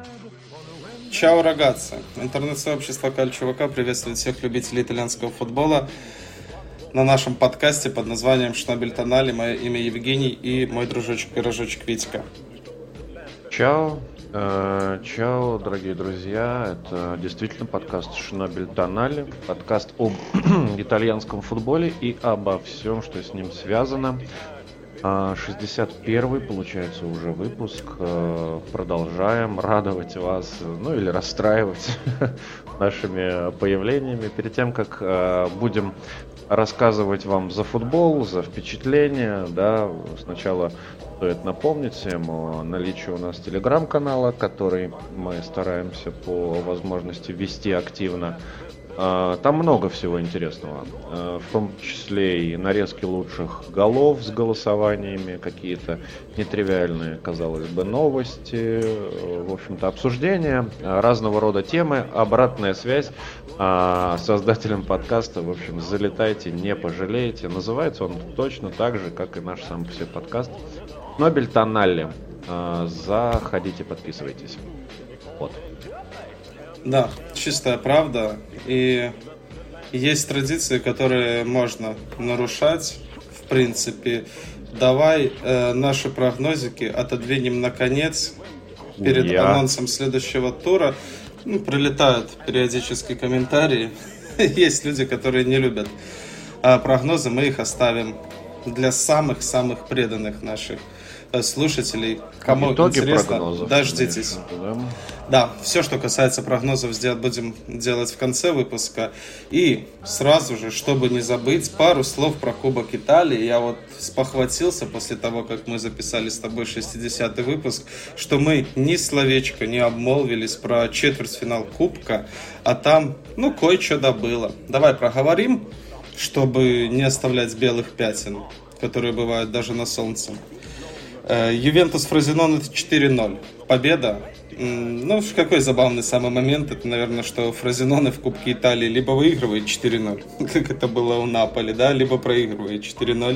Чао, рагazzi! Интернет-сообщество Calcio ВК приветствует всех любителей итальянского футбола на нашем подкасте под названием Шнобель Тонали. Мое имя Евгений и мой дружочек-пирожочек Витька. Чао, чао, дорогие друзья. Это действительно подкаст Шнобель Тонали, подкаст об итальянском футболе и обо всем, что с ним связано. 61-й, получается, уже выпуск. Продолжаем радовать вас, ну или расстраивать нашими появлениями. Перед тем, как будем рассказывать вам за футбол, за впечатления, да, сначала стоит напомнить всем о наличии у нас телеграм-канала, который мы стараемся по возможности вести активно. Там много всего интересного, в том числе и нарезки лучших голов с голосованиями, какие-то нетривиальные, казалось бы, новости, в общем-то, обсуждения, разного рода темы, обратная связь с создателем подкаста. В общем, залетайте, не пожалеете. Называется он точно так же, как и наш сам все подкаст «Шнобель Тонали». Заходите, подписывайтесь. Вот. Да, чистая правда. И есть традиции, которые можно нарушать. В принципе, давай наши прогнозики отодвинем на конец. Перед анонсом следующего тура прилетают периодически комментарии. Есть люди, которые не любят прогнозы. Мы их оставим для самых-самых преданных наших слушателей. Кому итоги интересно, прогнозов, дождитесь. Да, все, что касается прогнозов, будем делать в конце выпуска. И сразу же, чтобы не забыть, пару слов про Кубок Италии. Я вот спохватился после того, как мы записали с тобой 60-й выпуск, что мы ни словечко не обмолвились про четвертьфинал Кубка, а там, кое-что добыло. Давай проговорим, чтобы не оставлять белых пятен, которые бывают даже на солнце. Ювентус Фрозиноне 4-0. Победа. Какой забавный самый момент. Это, наверное, что Фрозиноне в Кубке Италии либо выигрывает 4-0, как это было у Наполи, да, либо проигрывает 4-0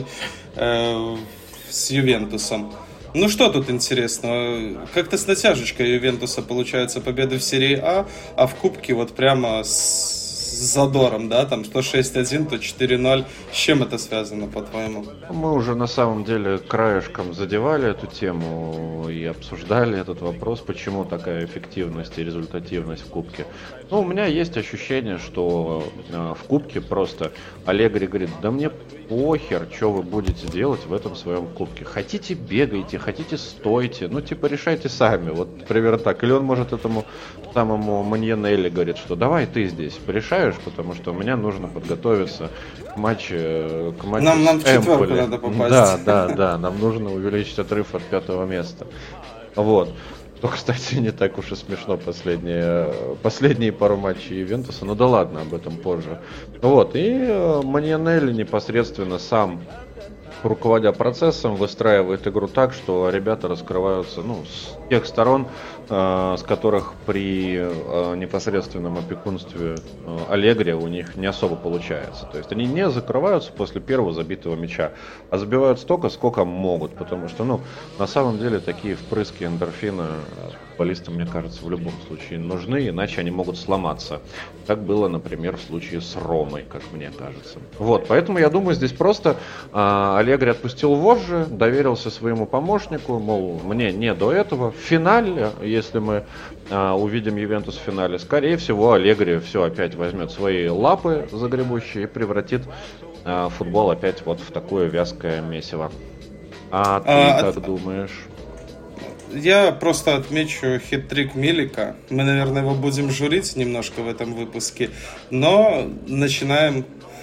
с Ювентусом. Что тут интересного? Как-то с натяжечкой Ювентуса получается победа в серии а в Кубке вот прямо с задором, да, там то 6-1, то 4-0. С чем это связано, по-твоему? Мы уже на самом деле краешком задевали эту тему и обсуждали этот вопрос, почему такая эффективность и результативность в Кубке. У меня есть ощущение, что в Кубке просто Аллегри говорит: да мне похер, что вы будете делать в этом своем Кубке. Хотите, бегайте, хотите, стойте. Решайте сами. Вот примерно так. Или он может этому самому Маньянелли говорит, что давай ты здесь порешаешь, потому что мне нужно подготовиться к матчу нам с в четверку Эмполи. надо попасть. Да, нам нужно увеличить отрыв от 5-го места. Вот. То, кстати, не так уж и смешно последние пару матчей Ювентуса. Да ладно, об этом позже. Вот, и Маньянелли непосредственно сам, руководя процессом, выстраивает игру так, что ребята раскрываются с тех сторон, с которых при непосредственном опекунстве Аллегри у них не особо получается. То есть они не закрываются после первого забитого мяча, а забивают столько, сколько могут, потому что, на самом деле такие впрыски эндорфина футболистам, мне кажется, в любом случае нужны, иначе они могут сломаться. Так было, например, в случае с Ромой, как мне кажется. Вот, поэтому я думаю, здесь просто Аллегри отпустил вожжи, доверился своему помощнику, мол, мне не до этого. В финале, если мы увидим Ювентус в финале, скорее всего, Аллегри все опять возьмет свои лапы загребущие и превратит футбол опять вот в такое вязкое месиво. А ты как думаешь? Я просто отмечу хит-трик Милика. Мы, наверное, его будем журить немножко в этом выпуске, но начинаем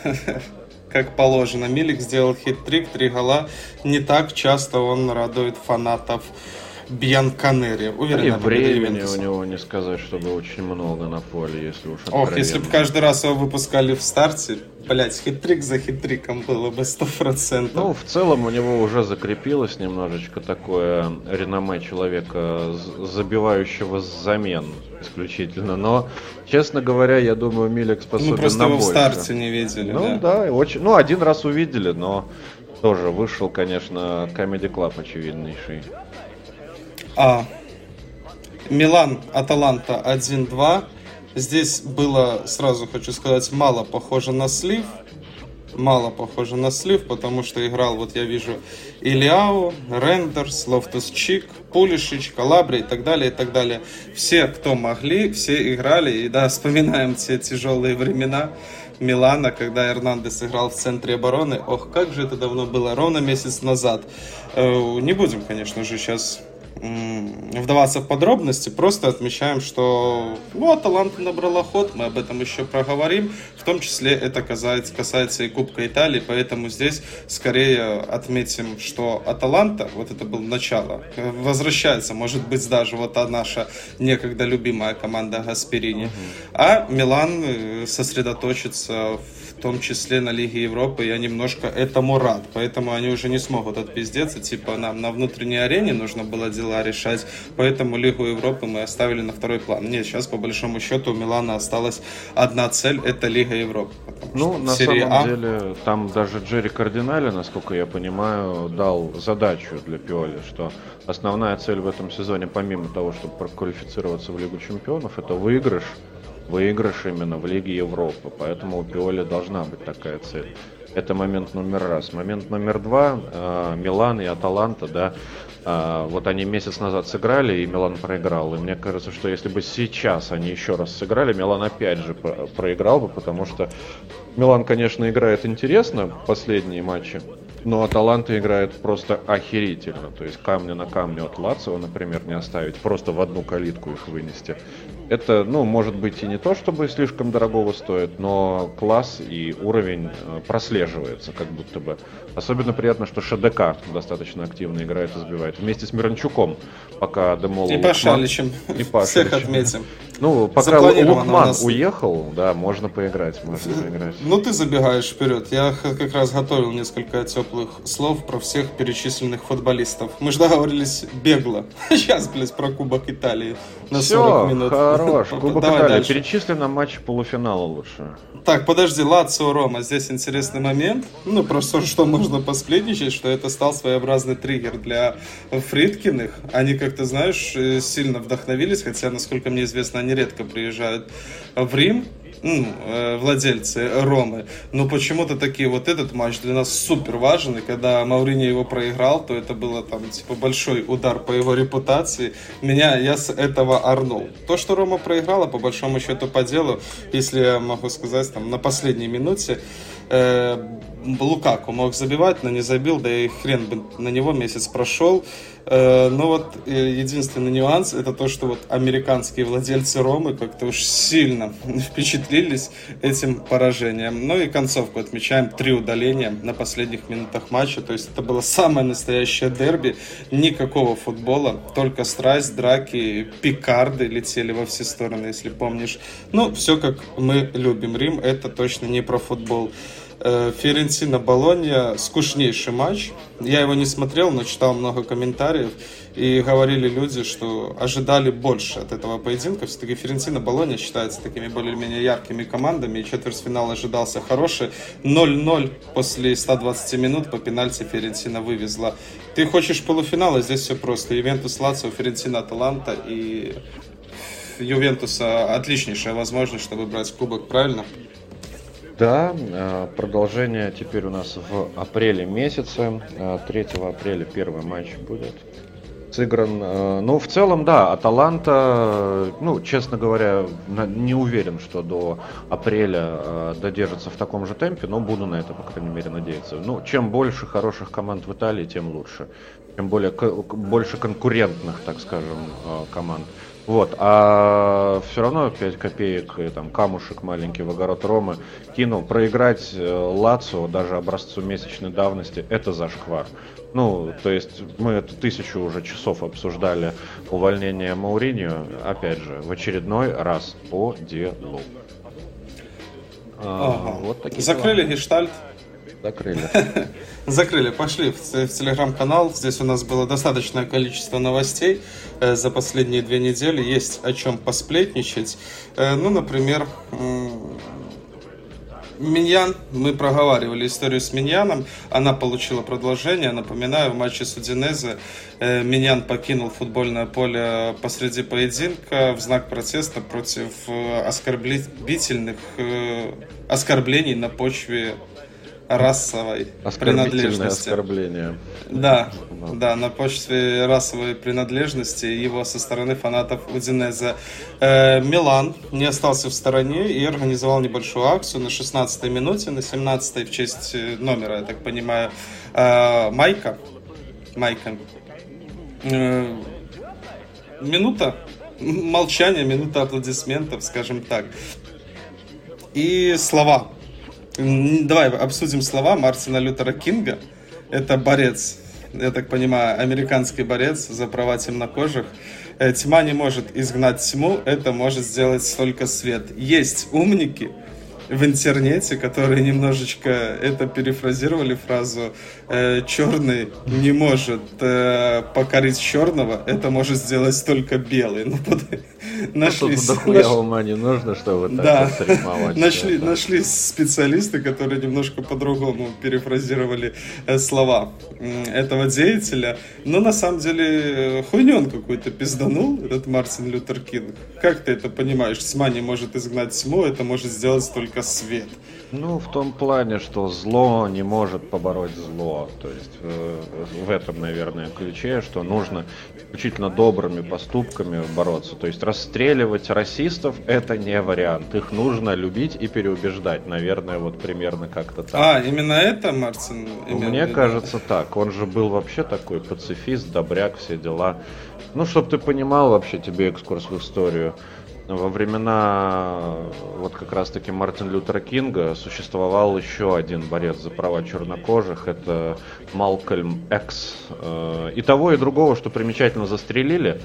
как положено. Милик сделал хит-трик, 3 гола. Не так часто он радует фанатов Бьянконери. Уверен, и времени у него не сказать, чтобы очень много на поле, если уж откровенно. Ох, если бы каждый раз его выпускали в старте, хит-трик за хит-триком было бы 100%. В целом у него уже закрепилось немножечко такое реноме человека, забивающего с замен исключительно. Но, честно говоря, я думаю, Милик способен на больше. Мы просто его в старте не видели. Да, очень. Один раз увидели, но тоже вышел, конечно, Comedy Club очевиднейший. Милан, Аталанта 1-2. Здесь было, сразу хочу сказать, мало похоже на слив. Потому что играл, вот я вижу, Илиау, Рендерс, Лофтус-Чик, Пулишич, Калабри и так далее. Все, кто могли, все играли. И да, вспоминаем те тяжелые времена Милана, когда Эрнандес играл в центре обороны. Ох, как же это давно было, ровно месяц назад. Не будем, конечно же, сейчас вдаваться в подробности, просто отмечаем, что Аталанта набрала ход, мы об этом еще проговорим, в том числе это касается и Кубка Италии, поэтому здесь скорее отметим, что Аталанта, вот это было начало, возвращается, может быть, даже вот та наша некогда любимая команда Гасперини, а Милан сосредоточится в том числе на Лиге Европы, я немножко этому рад, поэтому они уже не смогут отпиздеться, типа нам на внутренней арене нужно было дела решать, поэтому Лигу Европы мы оставили на второй план. Нет, сейчас по большому счету у Милана осталась одна цель, это Лига Европы. На самом деле, там даже Джерри Кардинали, насколько я понимаю, дал задачу для Пиоли, что основная цель в этом сезоне, помимо того, чтобы проквалифицироваться в Лигу Чемпионов, это выигрыш именно в Лиге Европы, поэтому у Пиоли должна быть такая цель. Это момент номер раз. Момент номер два, Милан и Аталанта, да, вот они месяц назад сыграли, и Милан проиграл. И мне кажется, что если бы сейчас они еще раз сыграли, Милан опять же проиграл бы, потому что Милан, конечно, играет интересно последние матчи, но Аталанта играет просто охерительно. То есть камня на камне от Лацио, например, не оставить, просто в одну калитку их вынести. Это, может быть, и не то, чтобы слишком дорогого стоит, но класс и уровень прослеживается, как будто бы. Особенно приятно, что ШДК достаточно активно играет и забивает. Вместе с Миранчуком, пока Демол... И Пашаличем. Всех отметим. Пока Лукман уехал, да, можно поиграть, ты забегаешь вперед. Я как раз готовил несколько теплых слов про всех перечисленных футболистов. Мы же договорились бегло. Сейчас, про Кубок Италии на 40 минут. Хорош, Кубок Италии. Перечисли нам матчи полуфинала лучше. Так, подожди, Лацио, Рома. Здесь интересный момент. Просто что можно посплетничать, что это стал своеобразный триггер для Фридкиных. Они, как ты знаешь, сильно вдохновились, хотя, насколько мне известно, они редко приезжают в Рим, владельцы Ромы. Но почему-то такие, вот этот матч для нас супер важен, и когда Мауриньо его проиграл, то это было большой удар по его репутации. Я с этого орнул. То, что Рома проиграла, по большому счету по делу, если я могу сказать, на последней минуте, Лукаку мог забивать, но не забил, да и хрен бы на него, месяц прошел. Но единственный нюанс, это то, что американские владельцы Ромы как-то уж сильно впечатлились этим поражением. И концовку отмечаем, 3 удаления на последних минутах матча, то есть это было самое настоящее дерби, никакого футбола, только страсть, драки, пикарды летели во все стороны, если помнишь. Все как мы любим. Рим — это точно не про футбол. Фиорентина-Болонья — скучнейший матч. Я его не смотрел, но читал много комментариев. И говорили люди, что ожидали больше от этого поединка. Все-таки Фиорентина-Болонья считается такими более-менее яркими командами. И четвертьфинал ожидался хороший. 0-0 после 120 минут по пенальти Фиорентина вывезла. Ты хочешь полуфинала? Здесь все просто. Ювентус, Лацио, Фиорентина, Аталанта. И Ювентуса отличнейшая возможность, чтобы брать кубок, правильно? Да, продолжение теперь у нас в апреле месяце. 3 апреля первый матч будет сыгран. В целом, да, Аталанта, честно говоря, не уверен, что до апреля додержится в таком же темпе, но буду на это, по крайней мере, надеяться. Чем больше хороших команд в Италии, тем лучше. Чем больше конкурентных, так скажем, команд. А все равно 5 копеек и камушек маленький в огород Ромы кинул. Проиграть Лацио, даже образцу месячной давности, это зашквар. То есть мы это 1000 уже часов обсуждали увольнение Мауриньо, опять же, в очередной раз по делу. Закрыли гештальт. Закрыли. Пошли в телеграм-канал. Здесь у нас было достаточное количество новостей за последние 2 недели. Есть о чем посплетничать. Например, Миньян, мы проговаривали историю с Миньяном, она получила продолжение. Напоминаю, в матче с Удинезе Миньян покинул футбольное поле посреди поединка в знак протеста против оскорблений на почве расовой принадлежности. Оскорбление. Да, на почве расовой принадлежности его со стороны фанатов Удинезе. Милан не остался в стороне и организовал небольшую акцию на 16-й минуте, на 17-й в честь номера, я так понимаю, Майка. Минута молчания, минута аплодисментов, скажем так. И слова. Давай обсудим слова Мартина Лютера Кинга. Это борец, я так понимаю, американский борец за права темнокожих. Тьма не может изгнать тьму, это может сделать только свет. Есть умники в интернете, которые немножечко это перефразировали фразу «черный не может покорить черного, это может сделать только белый». Нашлись ума не нужно, чтобы так стримовать. Нашлись специалисты, которые немножко по-другому перефразировали слова этого деятеля. Но на самом деле хуйню он какой-то пизданул, этот Мартин Лютер Кинг. Как ты это понимаешь? Тьма не может изгнать тьму, это может сделать только свет. Ну, в том плане, что зло не может побороть зло. То есть в этом, наверное, ключе, что нужно исключительно добрыми поступками бороться. То есть расстреливать расистов — это не вариант. Их нужно любить и переубеждать. Наверное, вот примерно как-то так. Именно это Мартин? Мне кажется, так. Он же был вообще такой пацифист, добряк, все дела. Ну, чтобы ты понимал вообще, тебе экскурс в историю. Во времена вот как раз-таки Мартина Лютера Кинга существовал еще один борец за права чернокожих, это Малкольм Экс. И того, и другого, что примечательно, застрелили.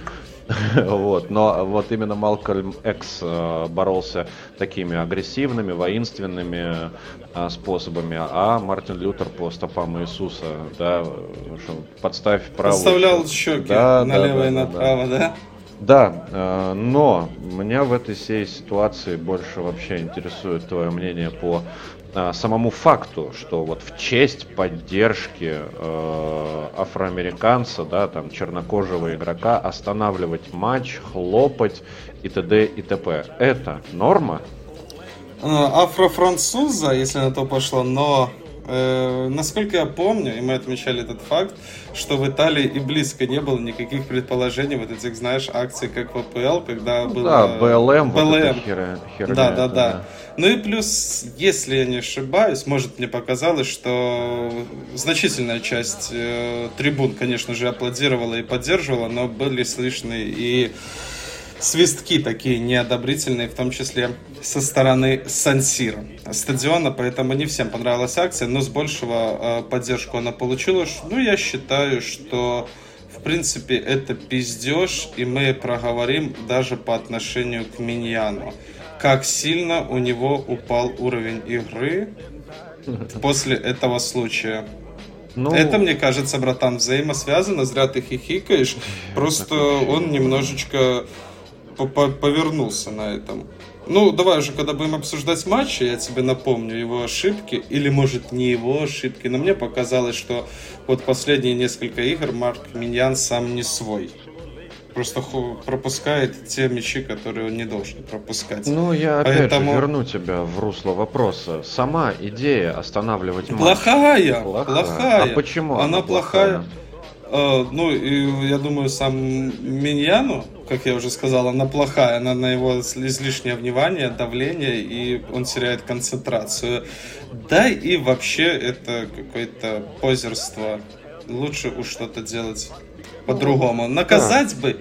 Вот. Но вот именно Малкольм Экс боролся такими агрессивными, воинственными способами, а Мартин Лютер по стопам Иисуса, да, подставь правую. Подставлял щеки налево и направо, да? Да, но меня в этой всей ситуации больше вообще интересует твое мнение по самому факту, что вот в честь поддержки афроамериканца, да, там, чернокожего игрока, останавливать матч, хлопать и т.д. и т.п. Это норма? Афрофранцуза, если на то пошло, но насколько я помню, и мы отмечали этот факт, что в Италии и близко не было никаких предположений вот этих, знаешь, акций, как в АПЛ, когда было... Да, БЛМ. Вот эта херня. Да. Ну и плюс, если я не ошибаюсь, может, мне показалось, что значительная часть трибун, конечно же, аплодировала и поддерживала, но были слышны и свистки такие неодобрительные, в том числе со стороны Сан-Сиро стадиона, поэтому не всем понравилась акция, но с большего поддержку она получила. Ну, я считаю, что в принципе это пиздеж, и мы проговорим даже по отношению к Миньяну, как сильно у него упал уровень игры после этого случая. Ну, это, мне кажется, братан, взаимосвязано, зря ты хихикаешь, просто он немножечко повернулся на этом. Ну, давай уже, когда будем обсуждать матчи, я тебе напомню его ошибки, или, может, не его ошибки, но мне показалось, что вот последние несколько игр Марк Миньян сам не свой. Просто пропускает те мячи, которые он не должен пропускать. Ну, я опять же верну тебя в русло вопроса. Сама идея останавливать матч плохая. А почему она плохая? Ну, и я думаю, сам Миньяну, как я уже сказал, она плохая, она на его излишнее внимание, давление, и он теряет концентрацию. Да и вообще это какое-то позерство. Лучше уж что-то делать по-другому. Наказать бы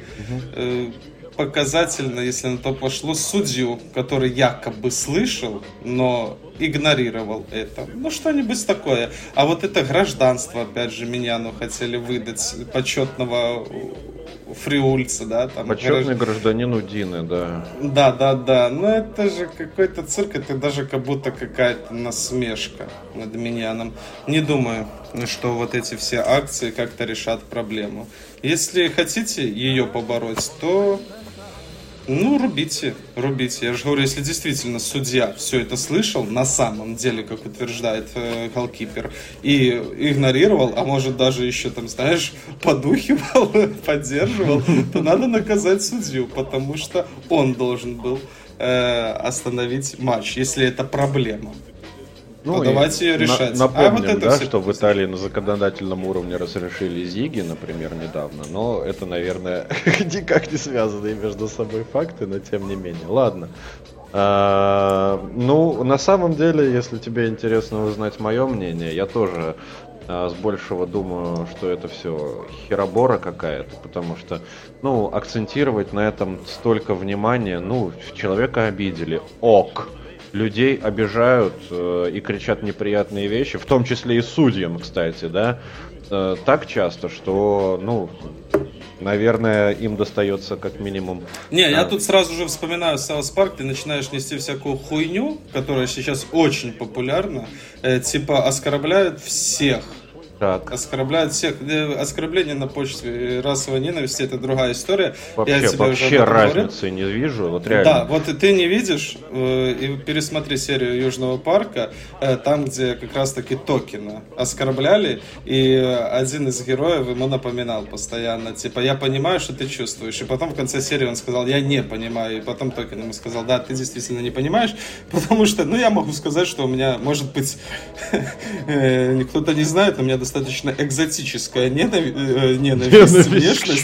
показательно, если на то пошло, судью, который якобы слышал, но игнорировал это. Ну, что-нибудь такое. А вот это гражданство, опять же, Миньяну хотели выдать почетного фриульца, да? Там, почетный гражданин Удины, да. Да. Но это же какой-то цирк, это даже как будто какая-то насмешка над Миньяном. Не думаю, что вот эти все акции как-то решат проблему. Если хотите ее побороть, то Ну, рубите. Я же говорю, если действительно судья все это слышал, на самом деле, как утверждает голкипер, и игнорировал, а может даже еще там, знаешь, подухивал, поддерживал, то надо наказать судью, потому что он должен был остановить матч, если это проблема. Ну, давайте ее решать. Напомним, да, что в Италии на законодательном уровне разрешили зиги, например, недавно, но это, наверное, никак не связанные между собой факты, но тем не менее. Ладно. Ну, на самом деле, если тебе интересно узнать мое мнение, я тоже с большего думаю, что это все херобора какая-то, потому что, ну, акцентировать на этом столько внимания, ну, человека обидели, ок. Людей обижают и кричат неприятные вещи, в том числе и судьям, кстати, да, так часто, что, ну, наверное, им достается как минимум... Не, я тут сразу же вспоминаю Саус Парк, ты начинаешь нести всякую хуйню, которая сейчас очень популярна, типа оскорбляют всех. Так. Оскорбляют всех. Оскорбление на почве расовой ненависти — это другая история. Вообще разницы не вижу. Вот реально. Да, вот и ты не видишь, и пересмотри серию Южного парка, там, где как раз таки Токина оскорбляли, и один из героев ему напоминал постоянно, типа, я понимаю, что ты чувствуешь. И потом в конце серии он сказал, я не понимаю. И потом Токин ему сказал, да, ты действительно не понимаешь, потому что, ну, я могу сказать, что у меня, может быть, кто-то не знает, но у меня достаточно экзотическая ненависть, внешность.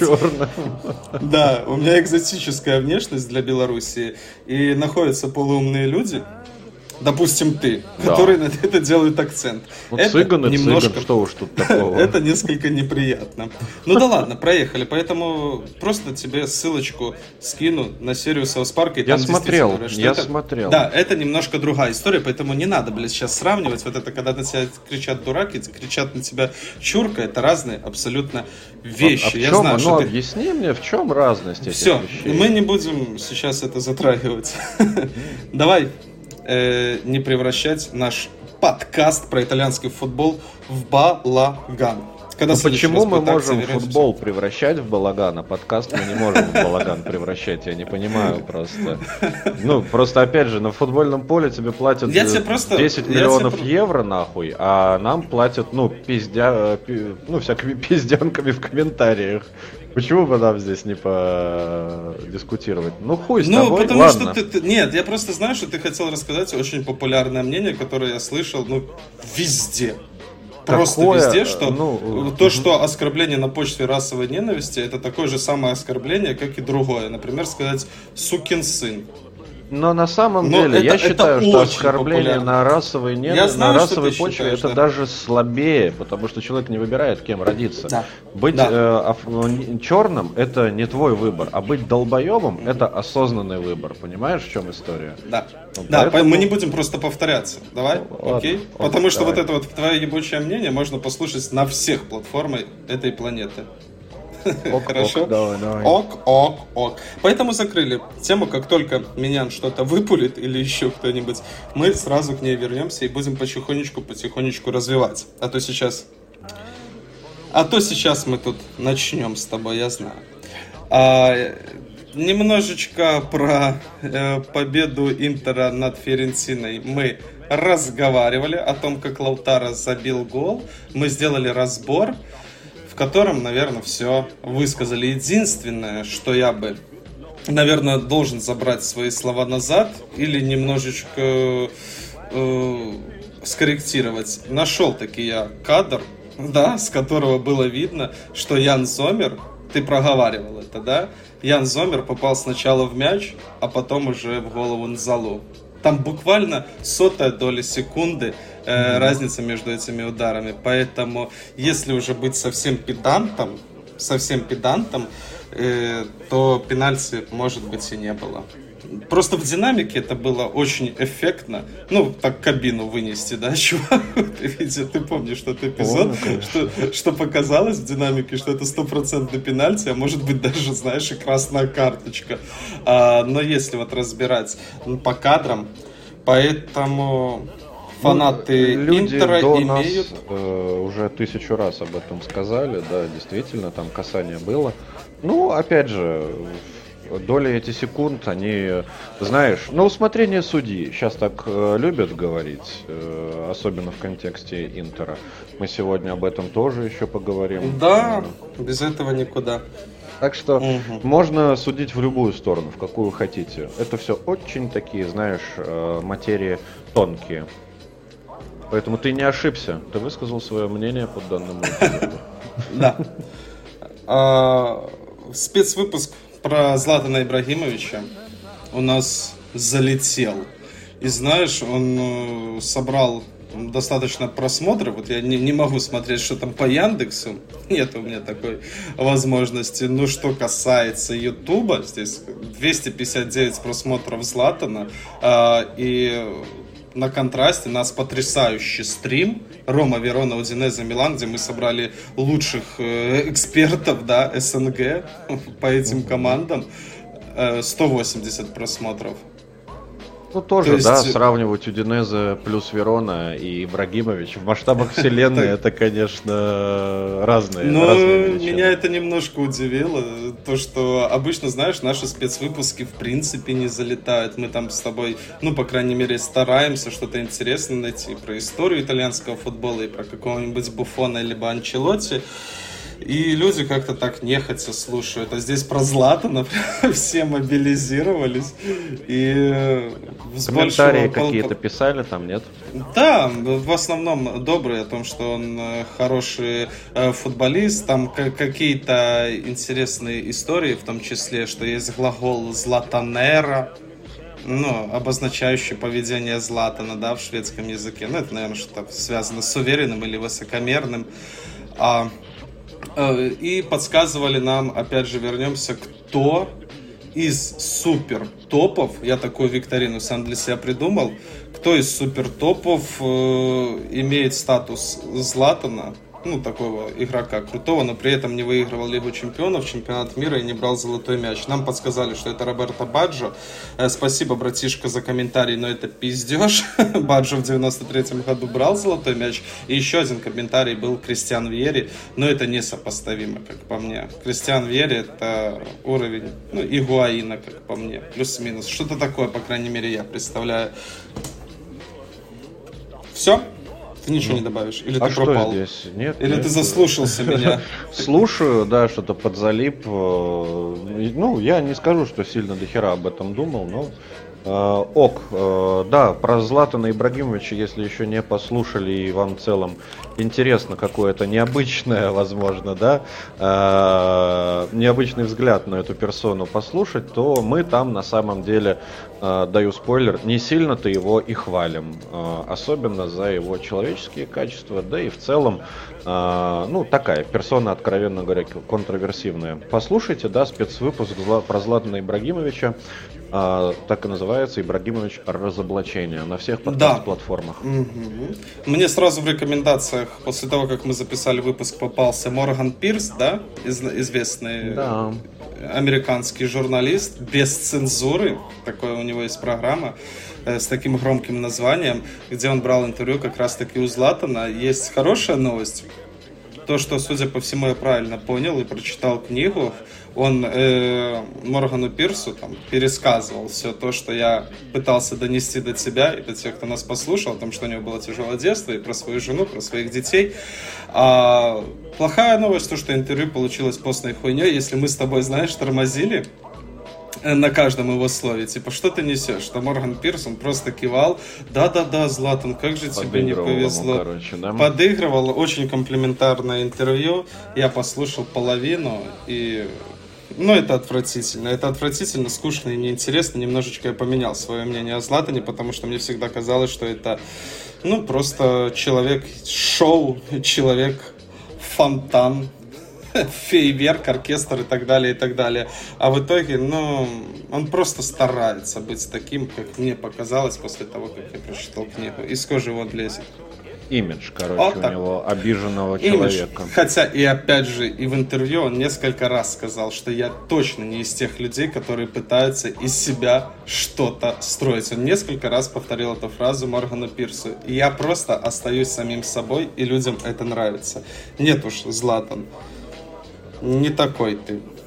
Да, у меня экзотическая внешность для Белоруссии. И находятся полуумные люди, допустим, ты, которые на это делают акцент. Вот это цыган, немножко, что уж тут такого. Это несколько неприятно. Ну да ладно, проехали. Поэтому просто тебе ссылочку скину на серию Саус Парка. Я смотрел. Да, это немножко другая история, поэтому не надо, блядь, сейчас сравнивать. Вот это, когда на тебя кричат дурак и кричат на тебя чурка, это разные абсолютно вещи. Я знаю, что объясни мне, в чем разность этих вещей. Все, мы не будем сейчас это затрагивать. Давай. Не превращать наш подкаст про итальянский футбол в балаган. Почему мы можем футбол превращать в балаган, а подкаст мы не можем в балаган превращать? Я не понимаю просто. Ну, просто опять же, на футбольном поле тебе платят 10 миллионов евро, нахуй, а нам платят, всякими пиздянками в комментариях. Почему бы нам здесь не подискутировать? Ну, хуй с тобой, потому ладно. Что Нет, я просто знаю, что ты хотел рассказать очень популярное мнение, которое я слышал, везде. Просто везде, что что оскорбление на почве расовой ненависти — это такое же самое оскорбление, как и другое. Например, сказать «сукин сын». Но на самом деле я считаю, что оскорбление на расовой почве это даже слабее, потому что человек не выбирает, кем родиться. Да. Быть черным — это не твой выбор, а быть долбоебом — это осознанный выбор. Понимаешь, в чем история? Да. Поэтому... мы не будем просто повторяться. Давай, окей? Потому что вот это вот твое ебучее мнение можно послушать на всех платформах этой планеты. Хорошо? Давай. Ок. Поэтому закрыли тему. Как только меня что-то выпулит или еще кто-нибудь, мы сразу к ней вернемся и будем потихонечку развивать. А то сейчас мы тут начнем с тобой, я знаю. Немножечко про победу Интера над Фиорентиной мы разговаривали о том, как Лаутаро забил гол. Мы сделали разбор, в котором, наверное, все высказали. Единственное, что я бы, наверное, должен забрать свои слова назад или немножечко скорректировать. Нашел-таки я кадр, да, с которого было видно, что Ян Зомер, ты проговаривал это, да? Ян Зомер попал сначала в мяч, а потом уже в голову Нзалу. Там буквально 100-я доля секунды разница между этими ударами. Поэтому, если уже быть совсем педантом, то пенальти, может быть, и не было. Просто в динамике это было очень эффектно. Так кабину вынести, да, чувак? Ты помнишь тот эпизод, что показалось в динамике, что это 100% пенальти, а может быть даже, знаешь, и красная карточка. Но если вот разбирать по кадрам, поэтому фанаты Интера имеют... уже 1000 раз об этом сказали, да, действительно, там касание было. Опять же... доли эти секунд, они, знаешь, на усмотрение судьи. Сейчас так любят говорить, особенно в контексте Интера. Мы сегодня об этом тоже еще поговорим. Да, без этого никуда. Так что можно судить в любую сторону, в какую хотите. Это все очень такие, знаешь, материи тонкие. Поэтому ты не ошибся. Ты высказал свое мнение под данным эпизоду. Да. Спецвыпуск про Златана Ибрагимовича у нас залетел. И знаешь, он собрал достаточно просмотров. Вот я не могу смотреть, что там по Яндексу. Нет у меня такой возможности. Но что касается Ютуба, здесь 259 просмотров Златана. И на контрасте нас потрясающий стрим Рома Верона Удинезе Милан, где мы собрали лучших экспертов, да, СНГ по этим командам. 180 просмотров. Ну, тоже, есть... да, сравнивать Удинезе плюс Верона и Ибрагимович в масштабах вселенной, это, конечно, разные величины. Меня это немножко удивило, то, что обычно, знаешь, наши спецвыпуски в принципе не залетают. Мы там с тобой, ну, по крайней мере, стараемся что-то интересное найти про историю итальянского футбола и про какого-нибудь Буффона либо Анчелотти. И люди как-то так нехотя слушают. А здесь про Златана все мобилизировались. И комментарии какие-то писали там, нет? Да, в основном добрые о том, что он хороший футболист. Там какие-то интересные истории, в том числе, что есть глагол «златанера», ну, обозначающий поведение Златана, да, в шведском языке. Ну, это, наверное, что-то связано с уверенным или высокомерным. И подсказывали нам, опять же, вернемся, кто из супер топов, я такую викторину сам для себя придумал, кто из супер топов имеет статус Златана, ну, такого игрока крутого, но при этом не выигрывал Лигу Чемпионов, Чемпионат мира и не брал золотой мяч. Нам подсказали, что это Роберто Баджо. Спасибо, братишка, за комментарий, но это пиздеж. Баджо в 93-м году брал золотой мяч. И еще один комментарий был Кристиан Вьерри, но это несопоставимо, как по мне. Кристиан Вьерри — это уровень, ну, Игуаина, как по мне, плюс-минус. Что-то такое, по крайней мере, я представляю. Все? Ты ничего не добавишь? Или ты пропал? Что здесь? Нет. Или ты заслушался меня? Слушаю, да, что-то подзалип. Ну, я не скажу, что сильно дохера об этом думал, но да, про Златана Ибрагимовича, если еще не послушали и вам в целом интересно какое-то необычное, возможно, да, необычный взгляд на эту персону послушать, то мы там на самом деле, даю спойлер, не сильно-то его и хвалим, особенно за его человеческие качества, да и в целом, ну, такая персона, откровенно говоря, контроверсивная. Послушайте, да, спецвыпуск про Златана Ибрагимовича, так и называется, Ибрагимович разоблачение, на всех подкаст-платформах. Мне сразу в рекомендациях, после того, как мы записали выпуск, попался Морган Пирс, да, известный американский журналист, без цензуры, такое у него есть программа с таким громким названием, где он брал интервью как раз-таки у Златана. Есть хорошая новость, то, что, судя по всему, я правильно понял и прочитал книгу, он Моргану Пирсу там пересказывал все то, что я пытался донести до тебя и до тех, кто нас послушал, о том, что у него было тяжелое детство, и про свою жену, про своих детей. Плохая новость, то, что интервью получилось постной хуйней, если мы с тобой, знаешь, тормозили на каждом его слове, типа, что ты несешь, что Морган Пирс, он просто кивал, да-да-да, Златан, как же тебе не повезло. Ему, короче, да? Подыгрывал, очень комплиментарное интервью, я послушал половину, и... Ну, это отвратительно, скучно и неинтересно. Немножечко я поменял свое мнение о Златане, потому что мне всегда казалось, что это, ну, просто человек-шоу, человек-фонтан, фейерверк, оркестр и так далее, и так далее. А в итоге, ну, он просто старается быть таким, как мне показалось после того, как я прочитал книгу. Из кожи вон лезет. Имидж, короче, у него обиженного человека. Хотя, и опять же, и в интервью он несколько раз сказал, что я точно не из тех людей, которые пытаются из себя что-то строить. Он несколько раз повторил эту фразу Моргану Пирсу. И я просто остаюсь самим собой, и людям это нравится. Нет уж, Златан, не такой ты.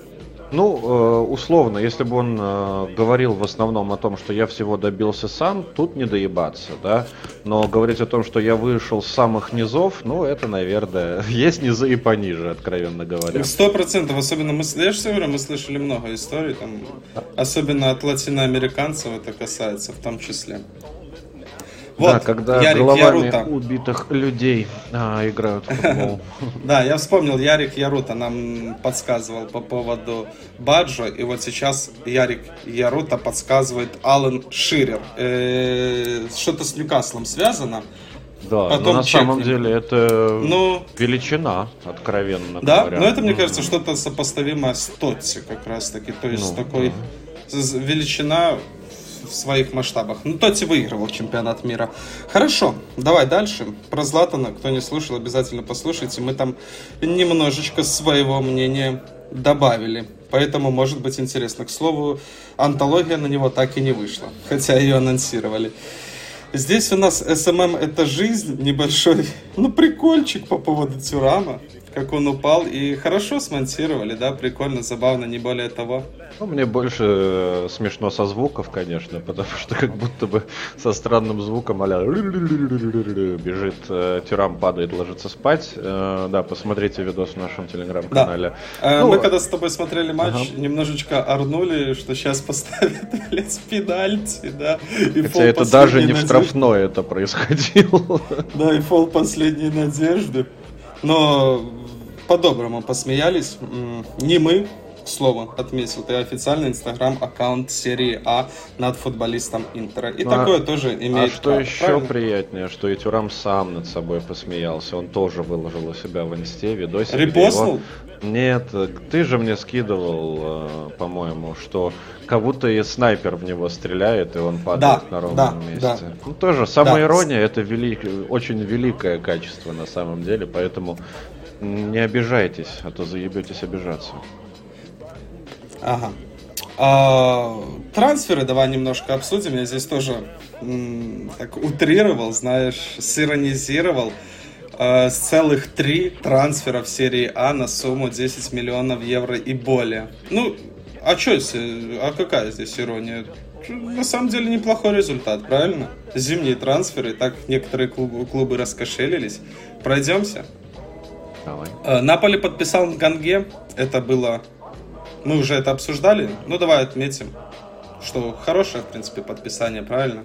Условно, если бы он говорил в основном о том, что я всего добился сам, тут не доебаться, да. Но говорить о том, что я вышел с самых низов, это, наверное, есть низы и пониже, откровенно говоря. 100%, особенно мы слышали много историй, там, особенно от латиноамериканцев это касается в том числе. Вот, да, когда Ярик головами Ярута. Убитых людей играют в футбол. Да, я вспомнил, Ярик Ярута нам подсказывал по поводу Баджо, и вот сейчас Ярик Ярута подсказывает Алан Ширер. Что-то с Ньюкаслом связано. Да, потом но на самом деле это величина, откровенно говоря. Да, но это, мне кажется, что-то сопоставимое с Тотти как раз таки, то есть такой величина в своих масштабах. Тотти выигрывал чемпионат мира. Хорошо, давай дальше. Про Златана, кто не слушал, обязательно послушайте. Мы там немножечко своего мнения добавили. Поэтому может быть интересно. К слову, антология на него так и не вышла. Хотя ее анонсировали. Здесь у нас СММ это жизнь. Небольшой, прикольчик по поводу Тюрама. Как он упал. И хорошо смонтировали, да, прикольно, забавно, не более того. Мне больше смешно со звуков, конечно, потому что как будто бы со странным звуком а-ля бежит Тюрам, падает, ложится спать. Да, посмотрите видос в нашем телеграм-канале. Да. Мы когда с тобой смотрели матч, немножечко орнули, что сейчас поставят, блядь, пенальти, да. И хотя это даже не в штрафной это происходило. Да, и фол последней надежды. Но по-доброму посмеялись. Не мы. Слово отметил, ты официальный инстаграм-аккаунт серии А над футболистом Интера. И такое тоже имеет. А что еще правильно? Приятнее, что и Тюрам сам над собой посмеялся. Он тоже выложил у себя в инсте видосик. Репостнул? Нет, ты же мне скидывал, по-моему, что как будто и снайпер в него стреляет, и он падает на ровном месте. Да. Тоже самоирония это очень великое качество на самом деле, поэтому не обижайтесь, а то заебетесь обижаться. Ага. Трансферы давай немножко обсудим. Я здесь тоже так утрировал, знаешь, сиронизировал. Целых 3 трансфера в серии А на сумму 10 миллионов евро и более. Какая здесь ирония? На самом деле неплохой результат, правильно? Зимние трансферы, так некоторые клубы раскошелились. Пройдемся. Давай. Наполи подписал Нганге. Это было... Мы уже это обсуждали, давай отметим, что хорошее, в принципе, подписание, правильно?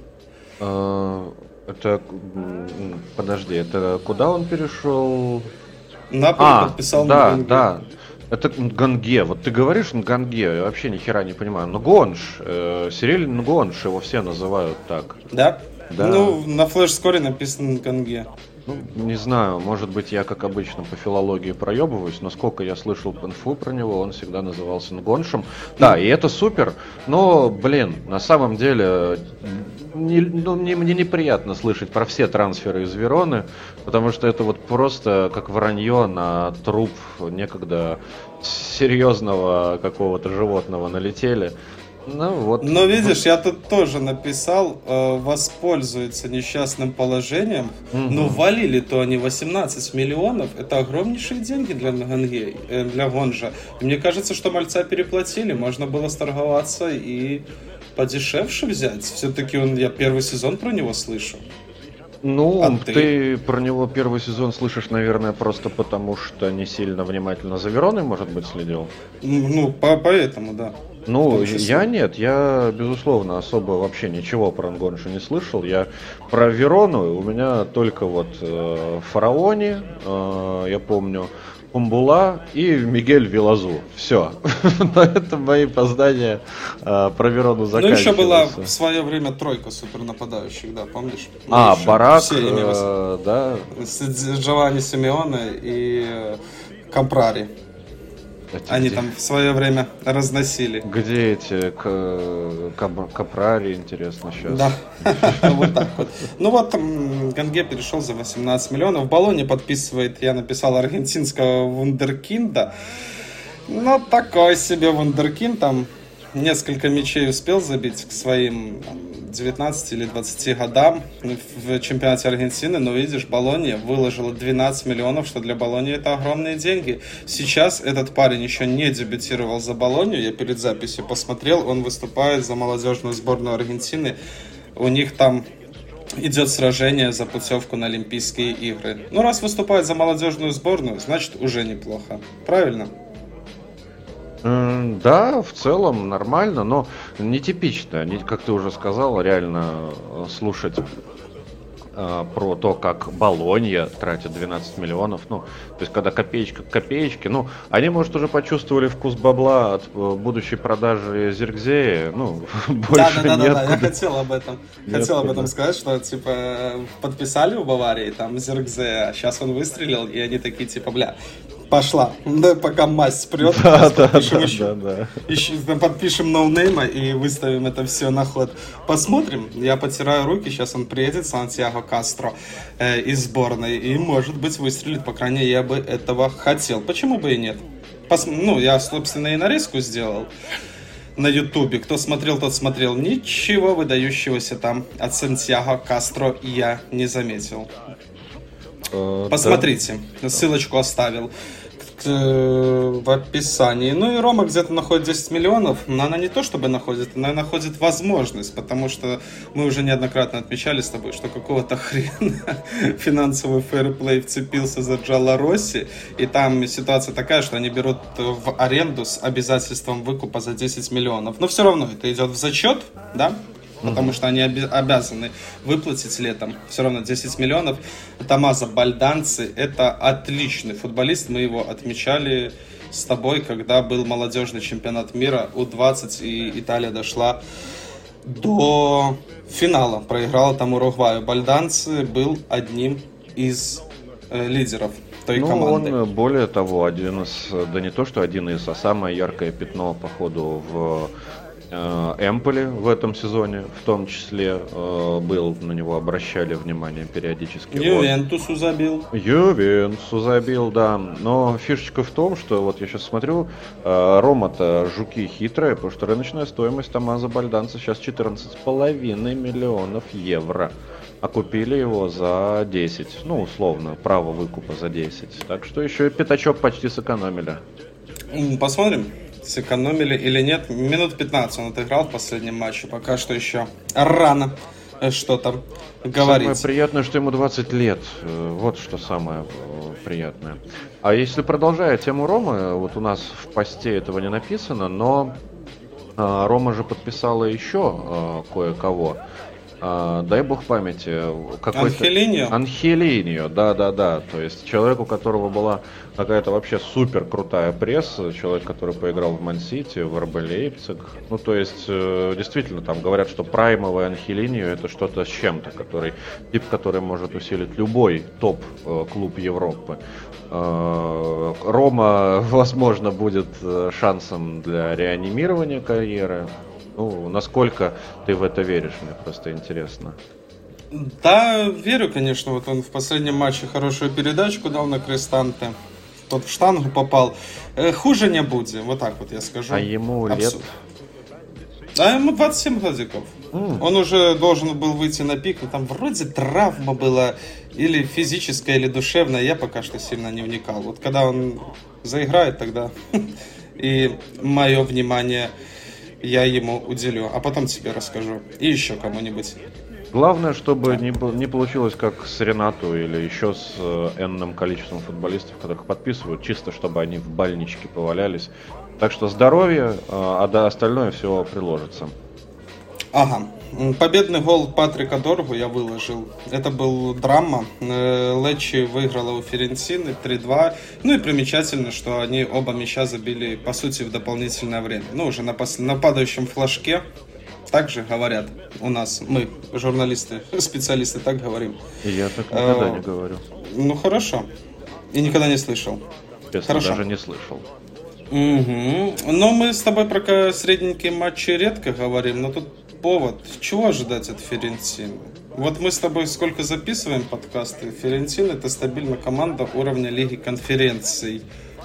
Подожди, это куда он перешел? Наполи подписал Нганге. Да, это Нганге. Вот ты говоришь Нганге, я вообще ни хера не понимаю. Нгонш, Сириль Нгонш, его все называют так. Да? На флеш-скоре написано Нганге. Не знаю, может быть, я, как обычно, по филологии проебываюсь, но сколько я слышал инфу про него, он всегда назывался Нгоншем. Да, и это супер, но, на самом деле, мне неприятно слышать про все трансферы из Вероны, потому что это вот просто как вранье на труп некогда серьезного какого-то животного налетели. Но видишь, я тут тоже написал, воспользуется несчастным положением. Валили-то они 18 миллионов. Это огромнейшие деньги для Гонжа. И мне кажется, что мальца переплатили. Можно было сторговаться и подешевше взять. Все-таки я первый сезон про него слышу. Ты про него первый сезон слышишь, наверное, просто потому, что не сильно внимательно за Вероной, может быть, следил? Поэтому, да. Я, безусловно, особо вообще ничего про Нгоншу не слышал. Я про Верону, у меня только Фараони, я помню, Умбула и Мигель Вилазу. Все. На этом мои познания про Верону заканчиваются. Еще была в свое время тройка супернападающих, да, помнишь? Барак, да. Джованни Симеоне и Кампрари. Они там в свое время разносили. Где эти Капрари, интересно, сейчас? Да, вот так вот. Нганге перешел за 18 миллионов. В Болоне подписывает, я написал, аргентинского вундеркинда. Такой себе вундеркинд. Там несколько мячей успел забить к своим 19 или 20 годам в чемпионате Аргентины, но видишь, Болонья выложила 12 миллионов, что для Болоньи это огромные деньги. Сейчас этот парень еще не дебютировал за Болонью, я перед записью посмотрел, он выступает за молодежную сборную Аргентины, у них там идет сражение за путевку на Олимпийские игры. Ну, раз выступает за молодежную сборную, значит уже неплохо, правильно? Да, в целом нормально, но нетипично, как ты уже сказал, реально слушать про то, как Болонья тратит 12 миллионов, ну, то есть когда копеечка к копеечке, ну, они, может, уже почувствовали вкус бабла от будущей продажи Зиркзея, ну, больше да, нет. Я хотел об этом сказать, что, типа, подписали у Баварии, там, Зиркзея, а сейчас он выстрелил, и они такие, типа, бля, пошла, да, пока масть прет, подпишем ноунейма и выставим это все на ход. Посмотрим, я потираю руки, сейчас он приедет, Сантьяго Кастро из сборной, и, может быть, выстрелит, по крайней мере, я бы этого хотел. Почему бы и нет? Ну, я, собственно, и нарезку сделал на Ютубе. Кто смотрел, тот смотрел. Ничего выдающегося там от Сантьяго Кастро я не заметил. Посмотрите, ссылочку оставил в описании. Ну и Рома где-то находит 10 миллионов, но она не то чтобы находит, она находит возможность, потому что мы уже неоднократно отмечали с тобой, что какого-то хрена финансовый фэрплей вцепился за Джалло Росси, и там ситуация такая, что они берут в аренду с обязательством выкупа за 10 миллионов. Но все равно это идет в зачет, да? Потому что они обязаны выплатить летом все равно 10 миллионов. Томмазо Бальданци — это отличный футболист. Мы его отмечали с тобой, когда был молодежный чемпионат мира U20, и Италия дошла до финала. Проиграла там Уругваю. Бальданци был одним из лидеров той команды. Он, более того, один из, да не то что один из, а самое яркое пятно по ходу в Эмполи в этом сезоне, в том числе, был, на него обращали внимание периодически. Ювентусу забил. Ювентусу забил, да. Но фишечка в том, что вот я сейчас смотрю, Рома-то жуки хитрые, потому что рыночная стоимость Томмазо Бальданца сейчас 14,5 миллионов евро. А купили его за 10. Ну, условно, право выкупа за 10. Так что еще и пятачок почти сэкономили. Посмотрим, сэкономили или нет. Минут 15 он отыграл в последнем матче. Пока что еще рано что-то говорить. Самое приятное, что ему 20 лет. Вот что самое приятное. А если продолжая тему Ромы, вот у нас в посте этого не написано, но Рома же подписала еще кое-кого. Дай бог памяти, какой-то Анхелиньо, да. То есть человек, у которого была какая-то вообще супер крутая пресса, человек, который поиграл в Ман-Сити, в РБ Лейпциг. Ну, то есть, действительно, там говорят, что праймовый Анхелиньо — это что-то с чем-то, который может усилить любой топ-клуб Европы. Рома, возможно, будет шансом для реанимирования карьеры. Ну, насколько ты в это веришь, мне просто интересно. Да, верю, конечно. Вот он в последнем матче хорошую передачку дал на Крестанте. Тот в штангу попал. Хуже не будет, вот так вот я скажу. А ему лет? А ему 27 годиков. Он уже должен был выйти на пик, но там вроде травма была, или физическая, или душевная. Я пока что сильно не вникал. Вот когда он заиграет, тогда и мое внимание я ему уделю, а потом тебе расскажу. И еще кому-нибудь. Главное, чтобы не получилось как с Ренату или еще с энным количеством футболистов, которых подписывают, чисто чтобы они в больничке повалялись. Так что здоровье, а до остальное все приложится. Ага. Победный гол Патрика Доргу я выложил. Это был драма. Лечи выиграла у Фиорентины 3-2. Ну и примечательно, что они оба мяча забили, по сути, в дополнительное время. Ну, уже на падающем флажке. Так же говорят у нас. Мы, журналисты, специалисты, так говорим. Я так никогда не говорю. Ну, хорошо. И никогда не слышал. Честно, хорошо. Даже не слышал. Угу. Но мы с тобой про средненькие матчи редко говорим, но тут повод. Чего ожидать от Фиорентины? Вот мы с тобой сколько записываем подкасты. Фиорентина — это стабильно команда уровня Лиги конференций.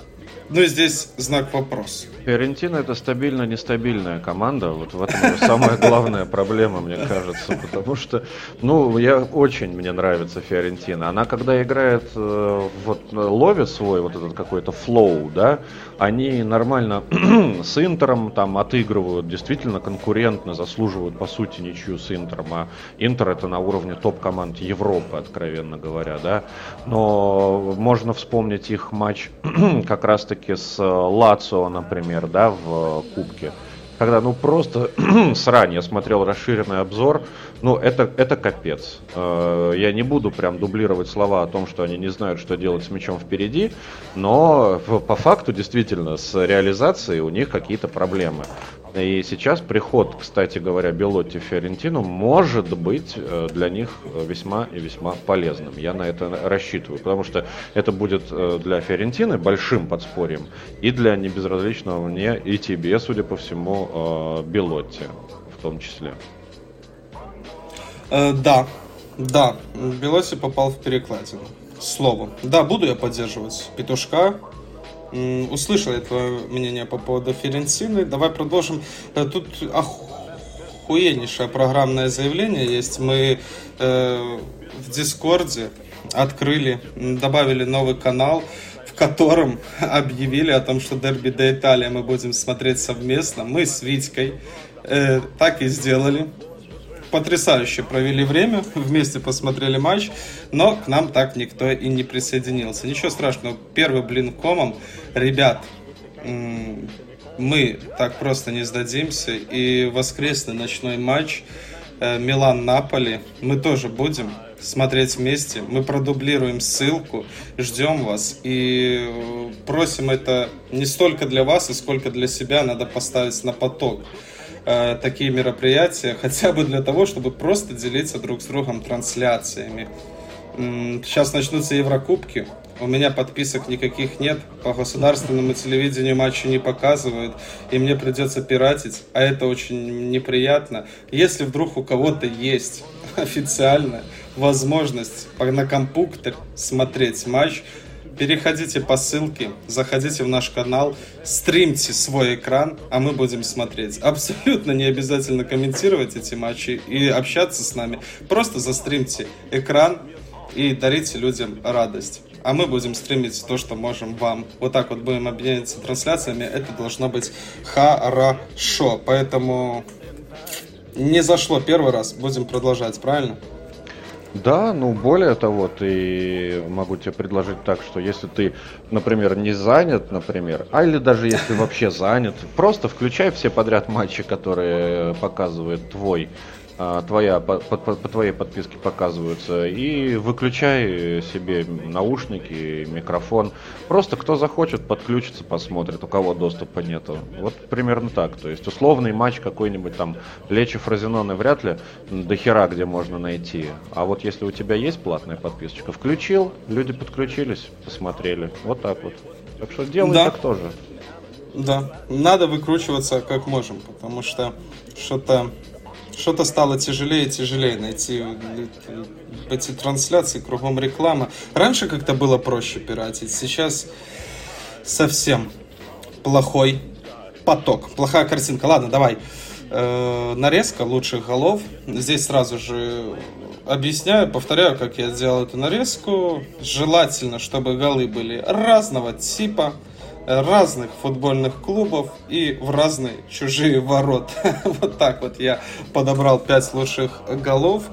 Ну и здесь знак вопроса. Фиорентина — это стабильно-нестабильная команда. Вот в этом самая главная проблема, мне кажется. Потому что, мне нравится Фиорентина. Она, когда играет, ловит свой вот этот какой-то флоу, да, они нормально с Интером там отыгрывают, действительно конкурентно, заслуживают, по сути, ничью с Интером. А Интер — это на уровне топ-команд Европы, откровенно говоря, да. Но можно вспомнить их матч как раз-таки с Лацио, например, да, в Кубке. Когда, просто срань, я смотрел расширенный обзор, это капец. Я не буду прям дублировать слова о том, что они не знают, что делать с мячом впереди, но по факту, действительно, с реализацией у них какие-то проблемы. И сейчас приход, кстати говоря, Белотти в Фиорентину может быть для них весьма и весьма полезным. Я на это рассчитываю, потому что это будет для Фиорентины большим подспорьем и для небезразличного мне и тебе, судя по всему, Белотти в том числе. Да, Белотти попал в перекладину. Слово. Да, буду я поддерживать петушка. Услышал я твое мнение по поводу Фиорентины. Давай продолжим. Тут охуеннейшее программное заявление есть. Мы в Дискорде открыли, добавили новый канал, в котором объявили о том, что Дерби де Италия мы будем смотреть совместно. Мы с Витькой так и сделали. Потрясающе провели время, вместе посмотрели матч, но к нам так никто и не присоединился. Ничего страшного, первый блин комом. Ребят, мы так просто не сдадимся, и воскресный ночной матч Милан-Наполи мы тоже будем смотреть вместе. Мы продублируем ссылку, ждем вас и просим это не столько для вас, сколько для себя надо поставить на поток. Такие мероприятия, хотя бы для того, чтобы просто делиться друг с другом трансляциями. Сейчас начнутся Еврокубки, у меня подписок никаких нет, по государственному телевидению матчи не показывают, и мне придется пиратить, а это очень неприятно. Если вдруг у кого-то есть официальная возможность на компьютер смотреть матч, переходите по ссылке, заходите в наш канал, стримьте свой экран, а мы будем смотреть. Абсолютно не обязательно комментировать эти матчи и общаться с нами. Просто застримьте экран и дарите людям радость. А мы будем стримить то, что можем вам. Вот так вот будем объединяться трансляциями. Это должно быть хорошо. Поэтому не зашло первый раз. Будем продолжать, правильно? Да, более того, ты могу тебе предложить так, что если ты, например, не занят, или даже если вообще занят, просто включай все подряд матчи, которые показывает по твоей подписке показываются, и выключай себе наушники, микрофон. Просто кто захочет, подключится, посмотрит, у кого доступа нету. Вот примерно так. То есть условный матч какой-нибудь там Лечи Фрозиноне вряд ли до хера где можно найти. А вот если у тебя есть платная подписочка, включил, люди подключились, посмотрели. Вот так вот. Так что делай так тоже. Да, надо выкручиваться как можем, потому что что-то стало тяжелее и тяжелее найти эти трансляции, кругом реклама. Раньше как-то было проще пиратить, сейчас совсем плохой поток, плохая картинка. Ладно, давай. Нарезка лучших голов. Здесь сразу же объясняю, повторяю, как я делал эту нарезку. Желательно, чтобы голы были разного типа, разных футбольных клубов и в разные чужие ворота. Вот так вот я подобрал 5 лучших голов.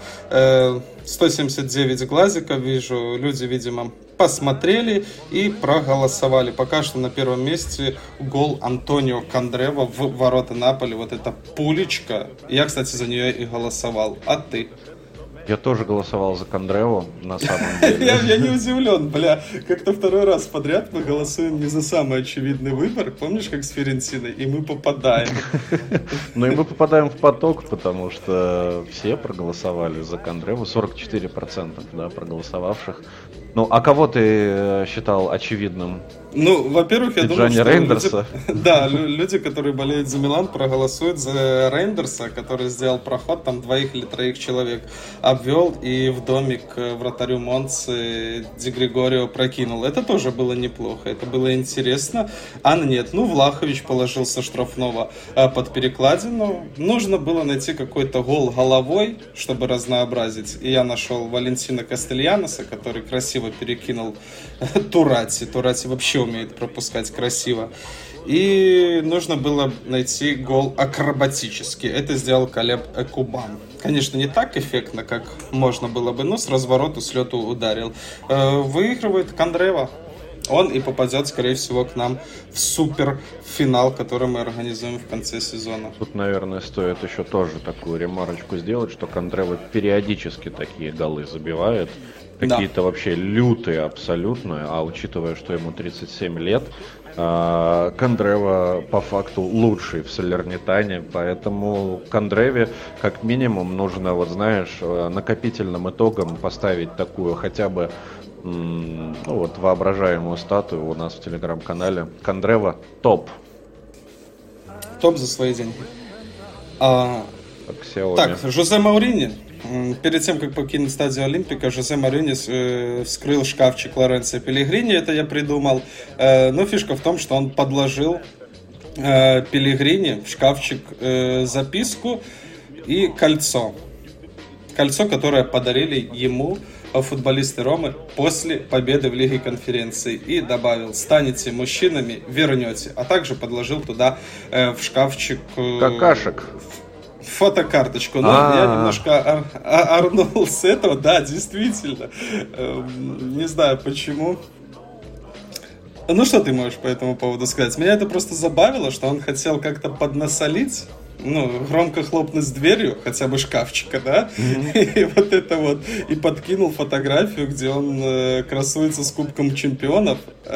179 глазиков вижу. Люди, видимо, посмотрели и проголосовали. Пока что на первом месте гол Антонио Кандрева в ворота Наполи. Вот эта пулечка. Я, кстати, за нее и голосовал. А ты? Я тоже голосовал за Кандреву, на самом деле. Я не удивлен, как-то второй раз подряд мы голосуем не за самый очевидный выбор. Помнишь, как с Фиорентиной? И мы попадаем. Ну и мы попадаем в поток, потому что все проголосовали за Кандреву, 44% проголосовавших. Ну, а кого ты считал очевидным Ну, во-первых, я думаю, что Рейндерса. Люди, которые болеют за Милан, проголосуют за Рейндерса, который сделал проход, там 2 или 3 человек обвел и в домик вратарю Монцы Ди Григорио прокинул. Это тоже было неплохо, это было интересно. А нет, Влахович положил со штрафного под перекладину. Нужно было найти какой-то гол головой, чтобы разнообразить. И я нашел Валентина Кастельяноса, который красиво перекинул Турати. Турати вообще умеет пропускать красиво. И нужно было найти гол акробатический. Это сделал Калеб Экубан. Конечно, не так эффектно, как можно было бы, но с развороту, с лету ударил. Выигрывает Кондрева. Он и попадет, скорее всего, к нам в суперфинал, который мы организуем в конце сезона. Тут, наверное, стоит еще тоже такую ремарочку сделать, что Кондрева периодически такие голы забивает. Какие-то вообще лютые абсолютно, а учитывая, что ему 37 лет, Кондрева по факту лучший в Салернитане, поэтому Кондреве как минимум нужно, накопительным итогом поставить такую хотя бы воображаемую статую у нас в телеграм-канале. Кондрева топ. Топ за свои деньги. Так, Жозе Мауриньо. Перед тем, как покинуть стадию Олимпика, Жозе Мауриньо вскрыл шкафчик Лоренцо Пеллегрини, это я придумал. Но фишка в том, что он подложил Пеллегрини в шкафчик записку и кольцо. Кольцо, которое подарили ему футболисты Ромы после победы в Лиге конференций. И добавил: станете мужчинами, вернете. А также подложил туда в шкафчик какашек. Фотокарточку. Но я немножко орнул с этого. Да, действительно. Не знаю почему. Ну, что ты можешь по этому поводу сказать? Меня это просто забавило, что он хотел как-то поднасолить, громко хлопнуть дверью, хотя бы шкафчика, да? И вот это вот. И подкинул фотографию, где он красуется с Кубком чемпионов.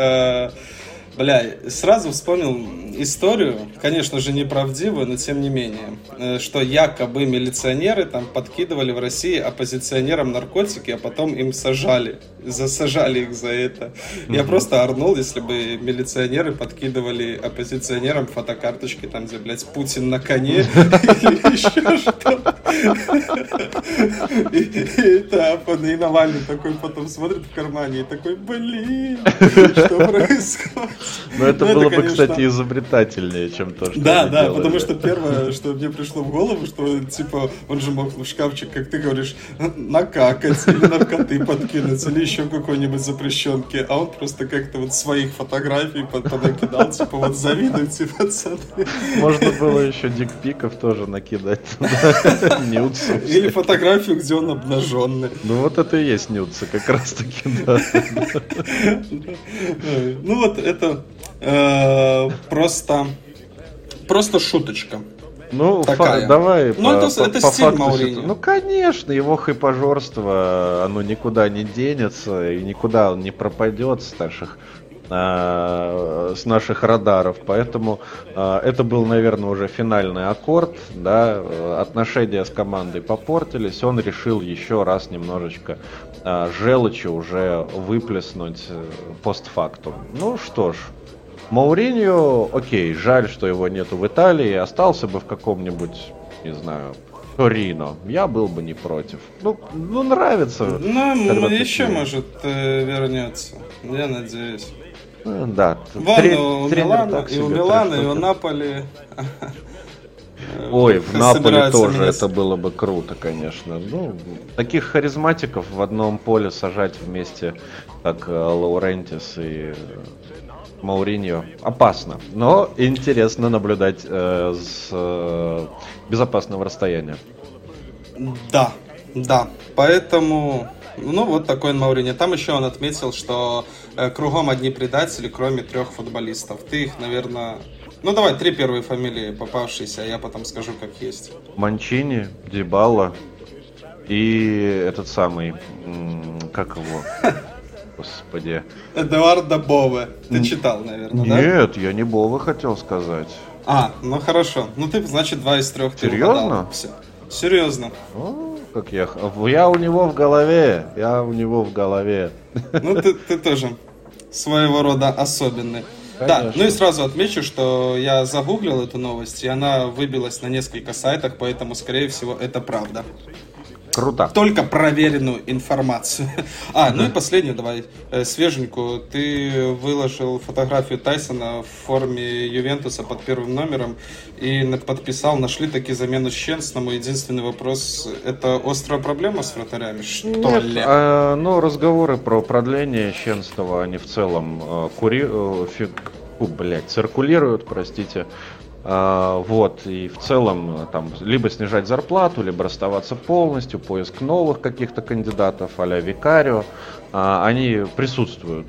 Сразу вспомнил историю, конечно же неправдивую, но тем не менее, что якобы милиционеры там подкидывали в России оппозиционерам наркотики, а потом им засажали их за это. Я просто орнул, если бы милиционеры подкидывали оппозиционерам фотокарточки, там где, Путин на коне или еще что-то. И Навальный такой потом смотрит в кармане и такой: что происходит? Но это было бы, кстати, изобретательнее, чем то, что Да, потому что первое, что мне пришло в голову, что, он же мог в шкафчик, как ты говоришь, накакать, или наркоты подкинуть, или еще какой-нибудь запрещенки, а он просто как-то своих фотографий понакидал, завидуйте, пацаны. Можно было еще дикпиков тоже накидать туда, нюдсы. Или фотографию, где он обнаженный. Ну вот это и есть нюдсы, как раз таки, да. Это просто шуточка. Давай это стиль Мауриньо. Ну, конечно, его хайпажорство, оно никуда не денется, и никуда он не пропадет с наших радаров. Поэтому это был, наверное, уже финальный аккорд. Да? Отношения с командой попортились. Он решил еще раз немножечко желчи уже выплеснуть постфактум. Ну что ж, Мауриньо, окей, жаль, что его нету в Италии, остался бы в каком-нибудь, не знаю, Торино, я был бы не против. Нравится. Еще, может, вернется, я надеюсь. Да. У Милана, и у Наполи. Ой, в Наполе тоже это было бы круто, конечно. Таких харизматиков в одном поле сажать вместе, как Лаурентис и Мауриньо, опасно. Но интересно наблюдать с безопасного расстояния. Да. Поэтому, вот такой он Мауриньо. Там еще он отметил, что кругом одни предатели, кроме 3 футболистов. Ты их, наверное... давай 3 первые фамилии попавшиеся, а я потом скажу, как есть. Манчини, Дибала и этот самый, как его... Господи. Эдуардо Бове. Ты читал, наверное, да? Нет, я не Бове хотел сказать. Хорошо. Ты, значит, 2 из 3. Серьезно? Все. Серьезно. Как я у него в голове. Ты тоже своего рода особенный. Конечно. Да, ну и сразу отмечу, что я загуглил эту новость, и она выбилась на несколько сайтах, поэтому, скорее всего, это правда. Круто. Только проверенную информацию. Ну и последнюю давай, свеженькую. Ты выложил фотографию Тайсона в форме Ювентуса под первым номером и подписал, нашли таки замену Щенсному. Единственный вопрос, это острая проблема с вратарями, что Нет, ли? но разговоры про продление Щенстова, они в целом циркулируют, простите. Вот, и в целом там либо снижать зарплату, либо расставаться полностью, поиск новых каких-то кандидатов а-ля Викарио, они присутствуют.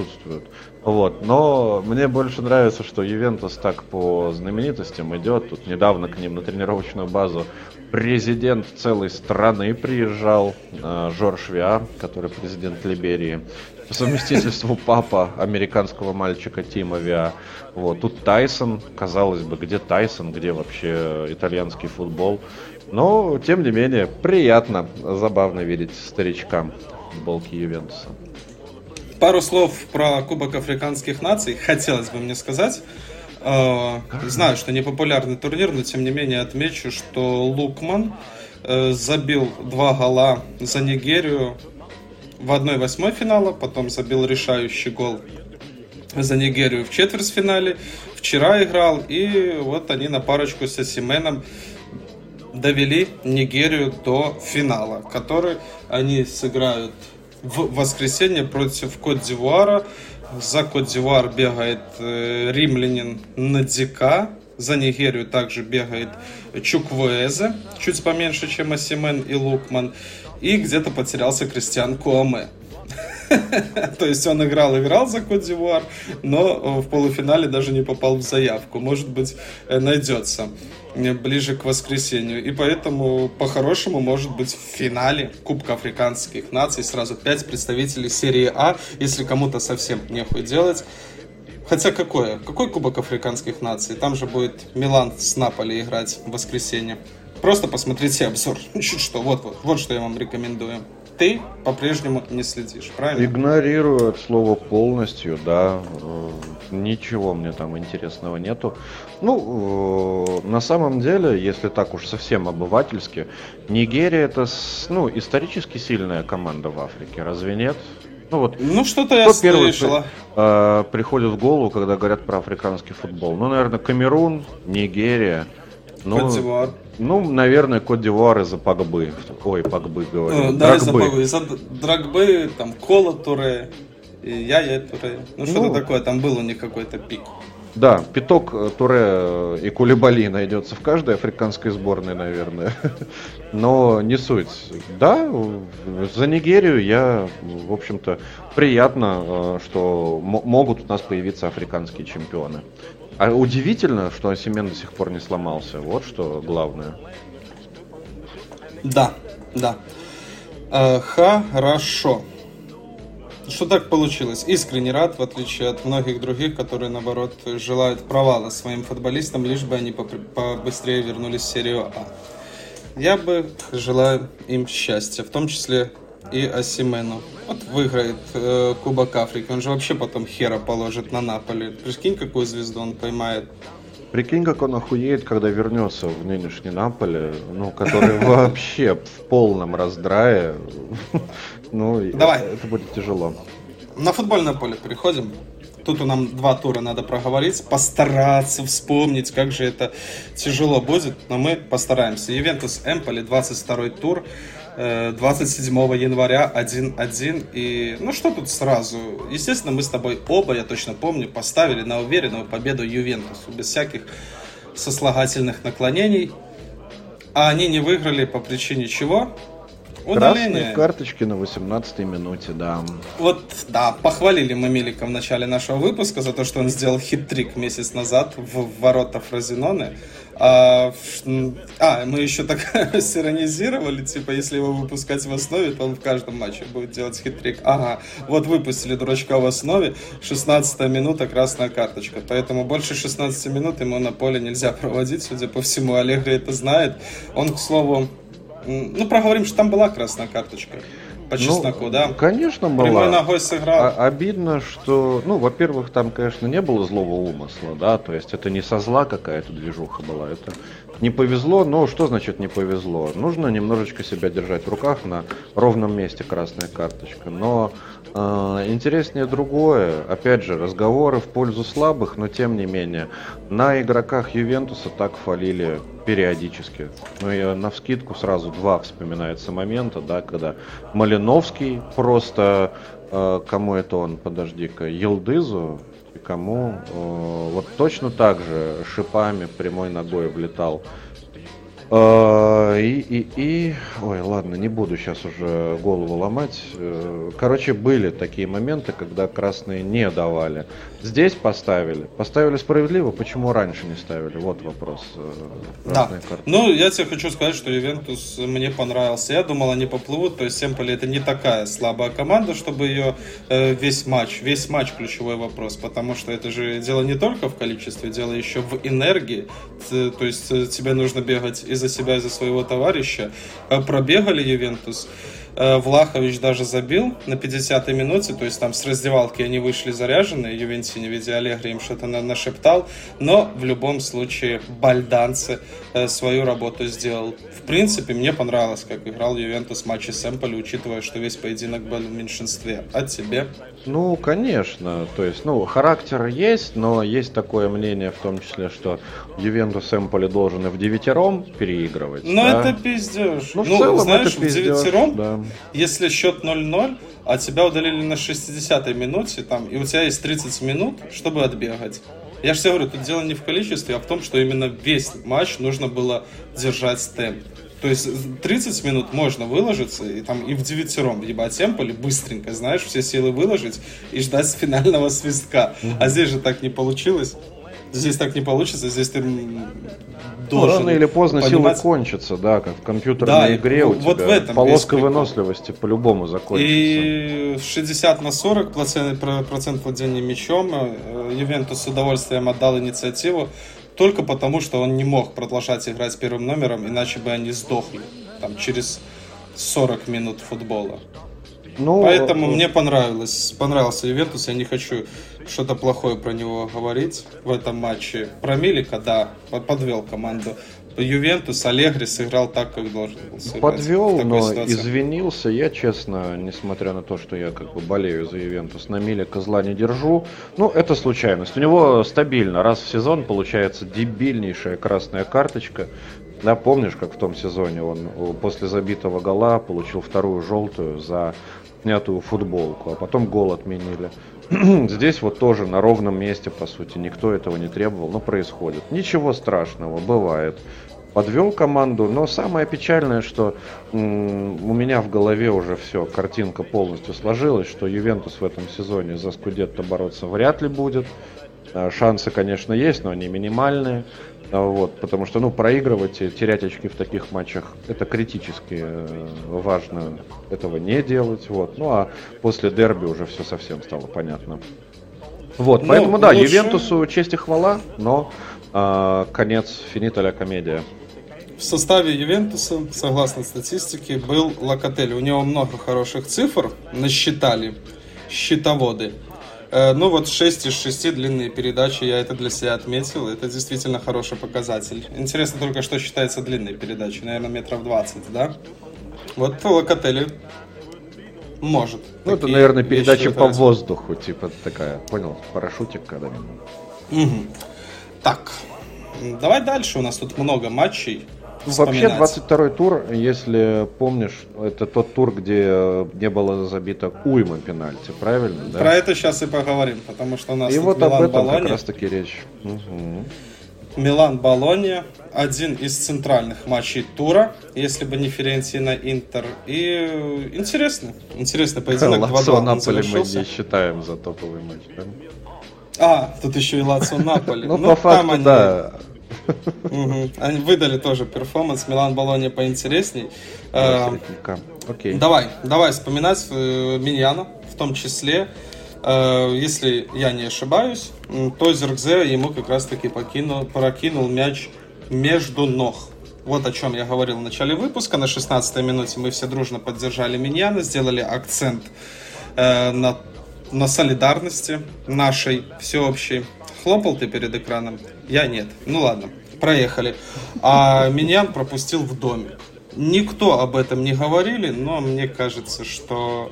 Вот, но мне больше нравится, что Ювентус так по знаменитостям идет. Тут недавно к ним на тренировочную базу президент целой страны приезжал, Жорж Виа, который президент Либерии. По совместительству папа американского мальчика Тима Виа. Вот. Тут Тайсон, казалось бы, где Тайсон, где вообще итальянский футбол. Но, тем не менее, приятно, забавно видеть старичка в футболке Ювентуса. Пару слов про Кубок Африканских наций хотелось бы мне сказать. Знаю, что не популярный турнир, но тем не менее отмечу, что Лукман забил 2 гола за Нигерию в 1/8 финала, потом забил решающий гол за Нигерию в четвертьфинале. Вчера играл, и вот они на парочку с Осименом довели Нигерию до финала, который они сыграют в воскресенье против Кот-д'Ивуара. За Кот-д'Ивуар бегает римлянин Надзика. За Нигерию также бегает Чуквуэзе, чуть поменьше, чем Осимен и Лукман. И где-то потерялся Кристиан Куаме. То есть он играл за Кот-д'Ивуар, но в полуфинале даже не попал в заявку. Может быть, найдется ближе к воскресенью. И поэтому, по-хорошему, может быть, в финале Кубка Африканских наций сразу 5 представителей серии А, если кому-то совсем нехуй делать. Хотя какой Кубок Африканских наций? Там же будет Милан с Наполи играть в воскресенье. Просто посмотрите обзор. Чуть что, вот что я вам рекомендую. Ты по-прежнему не следишь, правильно? Игнорирую от слова полностью, да. Ничего мне там интересного нету. На самом деле, если так уж совсем обывательски, Нигерия это, исторически сильная команда в Африке, разве нет? Что-то я слышала. Приходит в голову, когда говорят про африканский футбол. Наверное, Камерун, Нигерия. Кот-д'Ивуар. Наверное, Кот-д'Ивуар из-за Погбы. Ой, Погбы говорю. Да, из-за Погбы. Из-за Дрогбы, там, Кола Туре, и Яя Туре. Что-то такое, там был у них какой-то пик. Да, пяток Туре и Кулибали найдется в каждой африканской сборной, наверное. Но не суть. Да, за Нигерию в общем-то, приятно, что могут у нас появиться африканские чемпионы. А удивительно, что Осимен до сих пор не сломался. Вот что главное. Да. Хорошо. Что так получилось? Искренне рад, в отличие от многих других, которые, наоборот, желают провала своим футболистам, лишь бы они побыстрее вернулись в серию А. Я бы желаю им счастья, в том числе и Осимену. Вот выиграет Кубок Африки, он же вообще потом хера положит на Наполи. Прикинь, какую звезду он поймает. Прикинь, как он охуеет, когда вернется в нынешний Наполи, который вообще в полном раздрае. Давай. Это будет тяжело. На футбольное поле переходим. Тут нам 2 тура надо проговорить, постараться вспомнить, как же это тяжело будет, но мы постараемся. Ювентус Эмполи, 22-й тур, 27 января 1-1. И что тут сразу? Естественно, мы с тобой оба, я точно помню, поставили на уверенную победу Ювентусу, без всяких сослагательных наклонений. А они не выиграли по причине чего? Удаление. Красные карточки на 18-й минуте, да. Похвалили мы Милика в начале нашего выпуска за то, что он сделал хит-трик месяц назад в ворота Фрозиноне. Мы еще так сиронизировали, если его выпускать в основе, то он в каждом матче будет делать хит-трик. Выпустили дурачка в основе, 16-я минута, красная карточка. Поэтому больше 16 минут ему на поле нельзя проводить, судя по всему. Аллегри это знает. Он, к слову, проговорим, что там была красная карточка. по чесноку, да? Конечно, была. Прямой ногой сыграл. Обидно, что, во-первых, там, конечно, не было злого умысла, да, то есть это не со зла какая-то движуха была, это не повезло, но что значит не повезло? Нужно немножечко себя держать в руках, на ровном месте красная карточка, но интереснее другое, опять же, разговоры в пользу слабых, но тем не менее, на игроках Ювентуса так фалили периодически. Ну и навскидку сразу два вспоминается момента, да, когда Малиновский просто, кому это он, подожди-ка, Йылдызу, и кому, вот точно так же шипами прямой ногой влетал. Ой, ладно, не буду сейчас уже голову ломать. Короче, были такие моменты, когда красные не давали. Здесь поставили. Поставили справедливо, почему раньше не ставили? Вот вопрос. Да. Ну, я тебе хочу сказать, что Ювентус мне понравился. Я думал, они поплывут. То есть Эмполи это не такая слабая команда, чтобы ее весь матч ключевой вопрос. Потому что это же дело не только в количестве, дело еще в энергии. То есть тебе нужно бегать и за себя, и за своего товарища. Пробегали Ювентус. Влахович даже забил на 50-й минуте, то есть там с раздевалки они вышли заряженные, Ювентини в виде Аллегри им что-то нашептал, но в любом случае Бальданце свою работу сделал. В принципе, мне понравилось, как играл Ювентус в матче с Эмполи, учитывая, что весь поединок был в меньшинстве. А тебе? Ну, конечно, то есть, характер есть, но есть такое мнение, в том числе, что Ювентус Эмполи должен и в девятером переигрывать. Но да? Это пиздеж. В целом знаешь, это пиздеж, в девятером, да. Если счет 0-0, а тебя удалили на 60-й минуте, и у тебя есть 30 минут, чтобы отбегать. Я же тебе говорю, тут дело не в количестве, а в том, что именно весь матч нужно было держать темп. То есть 30 минут можно выложиться и в девятером, ебать Эмполи быстренько, знаешь, все силы выложить и ждать финального свистка. А здесь же так не получилось. Здесь так не получится, здесь ты должен рано или поздно понимать... силы кончатся, да, как в компьютерной игре у тебя. Вот в этом полоска выносливости по-любому закончится. И 60/40% процент владения мячом. Ювентус с удовольствием отдал инициативу только потому, что он не мог продолжать играть первым номером, иначе бы они сдохли через 40 минут футбола. Поэтому мне понравился Ювентус, я не хочу что-то плохое про него говорить в этом матче. Про Милика, да, подвел команду. Ювентус, Аллегри сыграл так, как должен был сыграть. Подвел, но извинился. Я, честно, несмотря на то, что я болею за Ювентус, на Милика зла не держу. Это случайность. У него стабильно, раз в сезон получается дебильнейшая красная карточка. Да, помнишь, как в том сезоне он после забитого гола получил вторую желтую за снятую футболку, а потом гол отменили. Здесь тоже на ровном месте, по сути, никто этого не требовал, но происходит. Ничего страшного, бывает. Подвел команду, но самое печальное, что у меня в голове уже все, картинка полностью сложилась, что Ювентус в этом сезоне за Скудетто бороться вряд ли будет. Шансы, конечно, есть, но они минимальные. Потому что, проигрывать и терять очки в таких матчах, это критически важно этого не делать. А после дерби уже все совсем стало понятно. Поэтому, да, Ювентусу честь и хвала, но конец финита ля комедия. В составе Ювентуса, согласно статистике, был Локотелли. У него много хороших цифр насчитали счетоводы. 6 из 6 длинные передачи, я это для себя отметил. Это действительно хороший показатель. Интересно только, что считается длинной передачей. Наверное, метров 20, да? Локотелли может. Это, наверное, передача по воздуху, такая, понял, парашютик когда-нибудь. Угу. Так, давай дальше, у нас тут много матчей. Вообще 22-й тур, если помнишь, это тот тур, где не было забито уйма пенальти, правильно? Да? Про это сейчас и поговорим, потому что у нас и тут Милан-Болонья. об этом как раз таки речь. Угу. Милан-Болонья, один из центральных матчей тура, если бы не Фиорентина-Интер. И интересный поединок. Лацио-Наполи мы не считаем за топовый матч, да? Тут еще и Лацио-Наполи. По факту, да. Они выдали тоже перформанс. Милан-Болонья поинтересней. Окей. Давай вспоминать Миньяна в том числе. Если я не ошибаюсь, то Зиркзе ему как раз таки прокинул мяч между ног. Вот о чем я говорил в начале выпуска. На 16-й минуте мы все дружно поддержали Миньяна, сделали акцент на солидарности нашей всеобщей. Хлопал ты перед экраном? Я нет. Ну ладно, проехали. А Миньян пропустил в домик. Никто об этом не говорили, но мне кажется, что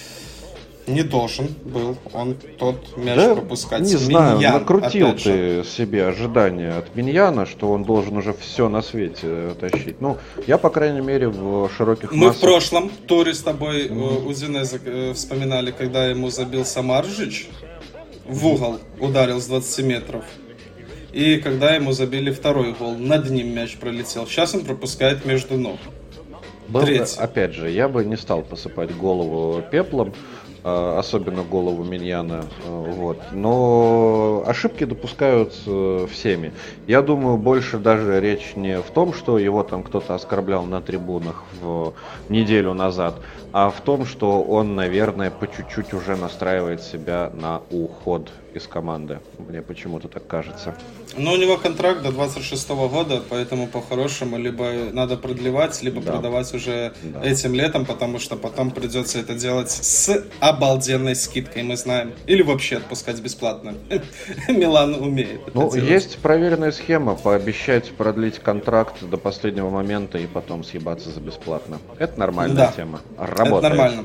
не должен был он тот мяч пропускать. Не знаю, Миньян, накрутил ты себе ожидания от Миньяна, что он должен уже все на свете тащить. Ну, я, по крайней мере, в широких массах... Мы в прошлом туре с тобой у Зинеза вспоминали, когда ему забил Самаржич, в угол ударил с 20 метров. И когда ему забили второй гол, над ним мяч пролетел. Сейчас он пропускает между ног. Опять же, я бы не стал посыпать голову пеплом, особенно голову Миньяна, вот. Но ошибки допускают всеми. Я думаю, больше даже речь не в том, что его там кто-то оскорблял на трибунах в неделю назад, а в том, что он, наверное, по чуть-чуть уже настраивает себя на уход из команды. Мне почему-то так кажется. Но у него контракт до 26-го года, поэтому по-хорошему либо надо продлевать, либо продавать уже этим летом, потому что потом придется это делать с обалденной скидкой, мы знаем. Или вообще отпускать бесплатно. Милан умеет это делать. Есть проверенная схема: пообещать продлить контракт до последнего момента и потом съебаться за бесплатно. Это нормальная тема. Работает. Это нормально.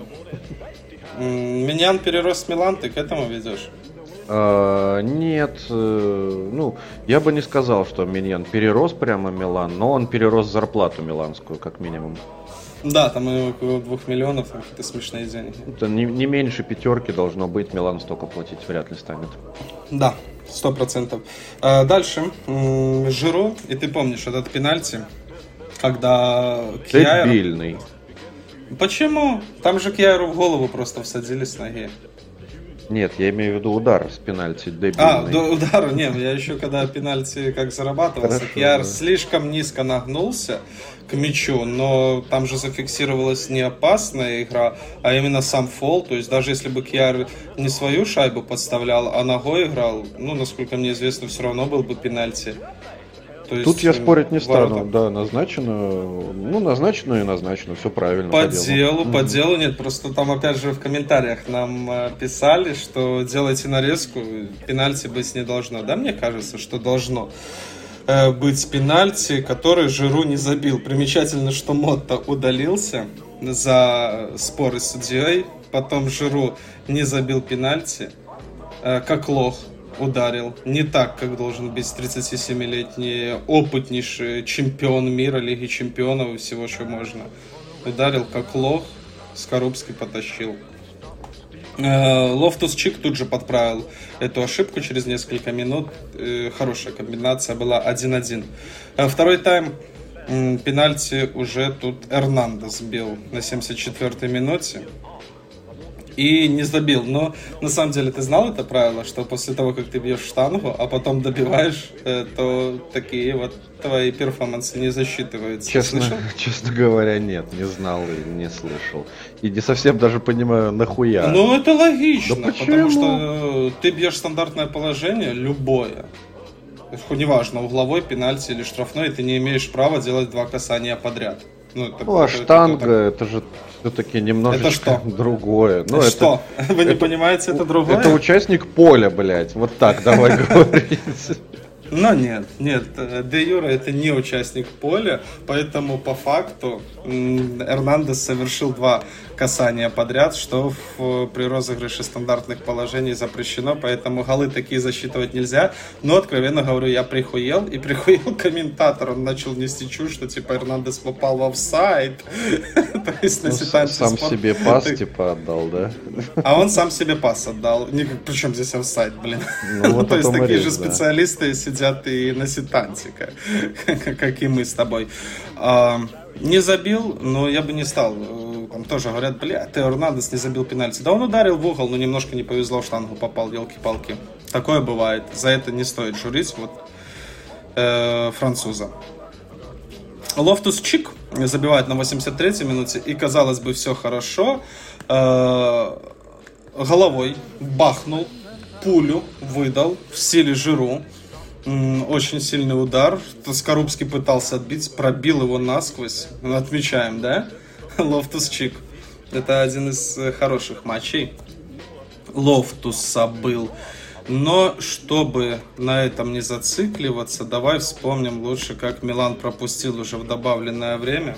Миньян перерос в Милан, ты к этому ведешь? Нет, ну, я бы не сказал, что Миньян перерос прямо Милан, но он перерос зарплату миланскую, как минимум. Да, там около 2 миллионов, это смешные деньги. Это не меньше 5 должно быть, Милан столько платить вряд ли станет. Да, 100%. Дальше, Жиру, и ты помнишь этот пенальти, когда Кьяер... Дебильный. Почему? Там же Кьяеру в голову просто всадили с ноги. Нет, я имею в виду удар с пенальти дебильный. Удар, нет, я еще когда пенальти как зарабатывался, Кьяер слишком низко нагнулся к мячу, но там же зафиксировалась не опасная игра, а именно сам фол, то есть даже если бы Кьяер не свою шайбу подставлял, а ногой играл, ну, насколько мне известно, все равно был бы пенальти. Тут я спорить не стану, да, назначено, и назначено, все правильно. По делу нет, просто там опять же в комментариях нам писали, что делайте нарезку, пенальти быть не должно. Да, мне кажется, что должно быть пенальти, который Жиру не забил. Примечательно, что Мотта удалился за споры с судьей, потом Жиру не забил пенальти, как лох. Ударил не так, как должен быть 37-летний опытнейший чемпион мира, Лиги чемпионов и всего, что можно. Ударил как лох, Скорубский потащил. Лофтус-Чик тут же подправил эту ошибку через несколько минут. Хорошая комбинация была 1-1. Второй тайм, пенальти уже тут Эрнандес бил на 74-й минуте. И не забил. Но на самом деле ты знал это правило, что после того, как ты бьешь штангу, а потом добиваешь, то такие вот твои перформансы не засчитываются. Честно говоря, нет, не знал и не слышал. И не совсем даже понимаю, нахуя. Ну это логично, да потому что ты бьешь стандартное положение, любое. Неважно, угловой, пенальти или штрафной, ты не имеешь права делать 2 касания подряд. А штанга, это же все-таки немножечко другое. Ну, что? Вы не понимаете, это другое? Это участник поля, блядь. Вот так давай говорить. Но нет, де юре это не участник поля, поэтому по факту Эрнандес совершил 2 касания подряд, что при розыгрыше стандартных положений запрещено, поэтому голы такие засчитывать нельзя. Но, откровенно говорю, я прихуел комментатор, он начал нести чушь, что типа Эрнандес попал в офсайд. То есть на Ситанте сам себе пас типа отдал, да? А он сам себе пас отдал. Причем здесь офсайд, блин. То есть такие же специалисты сидят и на Ситанте, как и мы с тобой. Не забил, но я бы не стал. Там тоже говорят, ты Эрнандес не забил пенальти. Да он ударил в угол, но немножко не повезло, в штангу попал, елки-палки. Такое бывает. За это не стоит журить француза. Лофтус-Чик забивает на 83-й минуте, и казалось бы, все хорошо. Головой бахнул, пулю выдал в стиле Жиру. Очень сильный удар. Скорубский пытался отбить, пробил его насквозь. Отмечаем, да? Лофтус-Чик. Это один из хороших матчей Лофтуса был. Но чтобы на этом не зацикливаться, давай вспомним лучше, как Милан пропустил уже в добавленное время.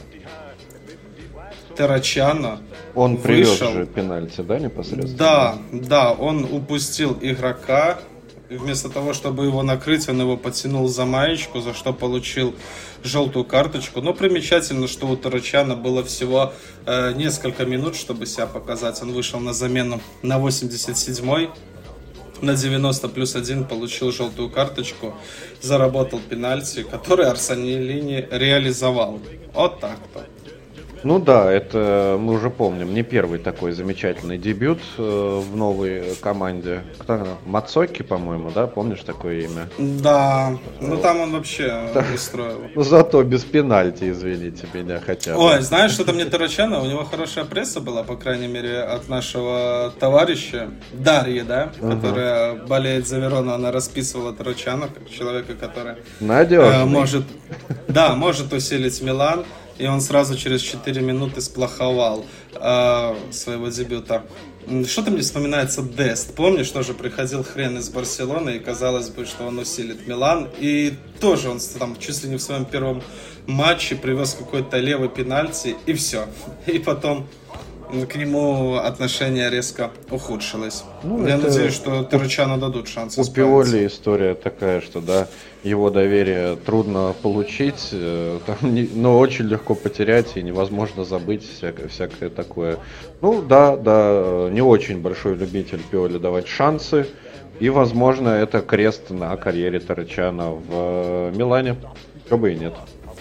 Террачано он привез же пенальти, да, непосредственно? Да, он упустил игрока. Вместо того, чтобы его накрыть, он его потянул за маечку, за что получил желтую карточку. Но примечательно, что у Террачано было всего несколько минут, чтобы себя показать. Он вышел на замену на 87-й. На 90+1 получил желтую карточку, заработал пенальти, который Арсеналини реализовал. Вот так-то. Ну да, это мы уже помним, не первый такой замечательный дебют в новой команде. Кто она? Мацоки, по-моему, да? Помнишь такое имя? Да, ну там он вообще устроил. Ну зато без пенальти, извините меня, хотя бы. Ой, знаешь, что там не Террачано? У него хорошая пресса была, по крайней мере, от нашего товарища Дарьи, да? Которая болеет за Верону, она расписывала Террачано как человека, который может усилить Милан. И он сразу через 4 минуты сплоховал своего дебюта. Что-то мне вспоминается Дест. Помнишь, тоже приходил хрен из Барселоны, и казалось бы, что он усилит Милан. И тоже он там чуть ли не в своем первом матче привез какой-то левый пенальти, и все. И потом к нему отношение резко ухудшилось. Ну, я надеюсь, что Террачано дадут шанс. У Пиоли история такая, что да, его доверие трудно получить, но очень легко потерять и невозможно забыть всякое такое. Ну да, не очень большой любитель Пиоли давать шансы. И, возможно, это крест на карьере Террачано в Милане. Как бы и нет.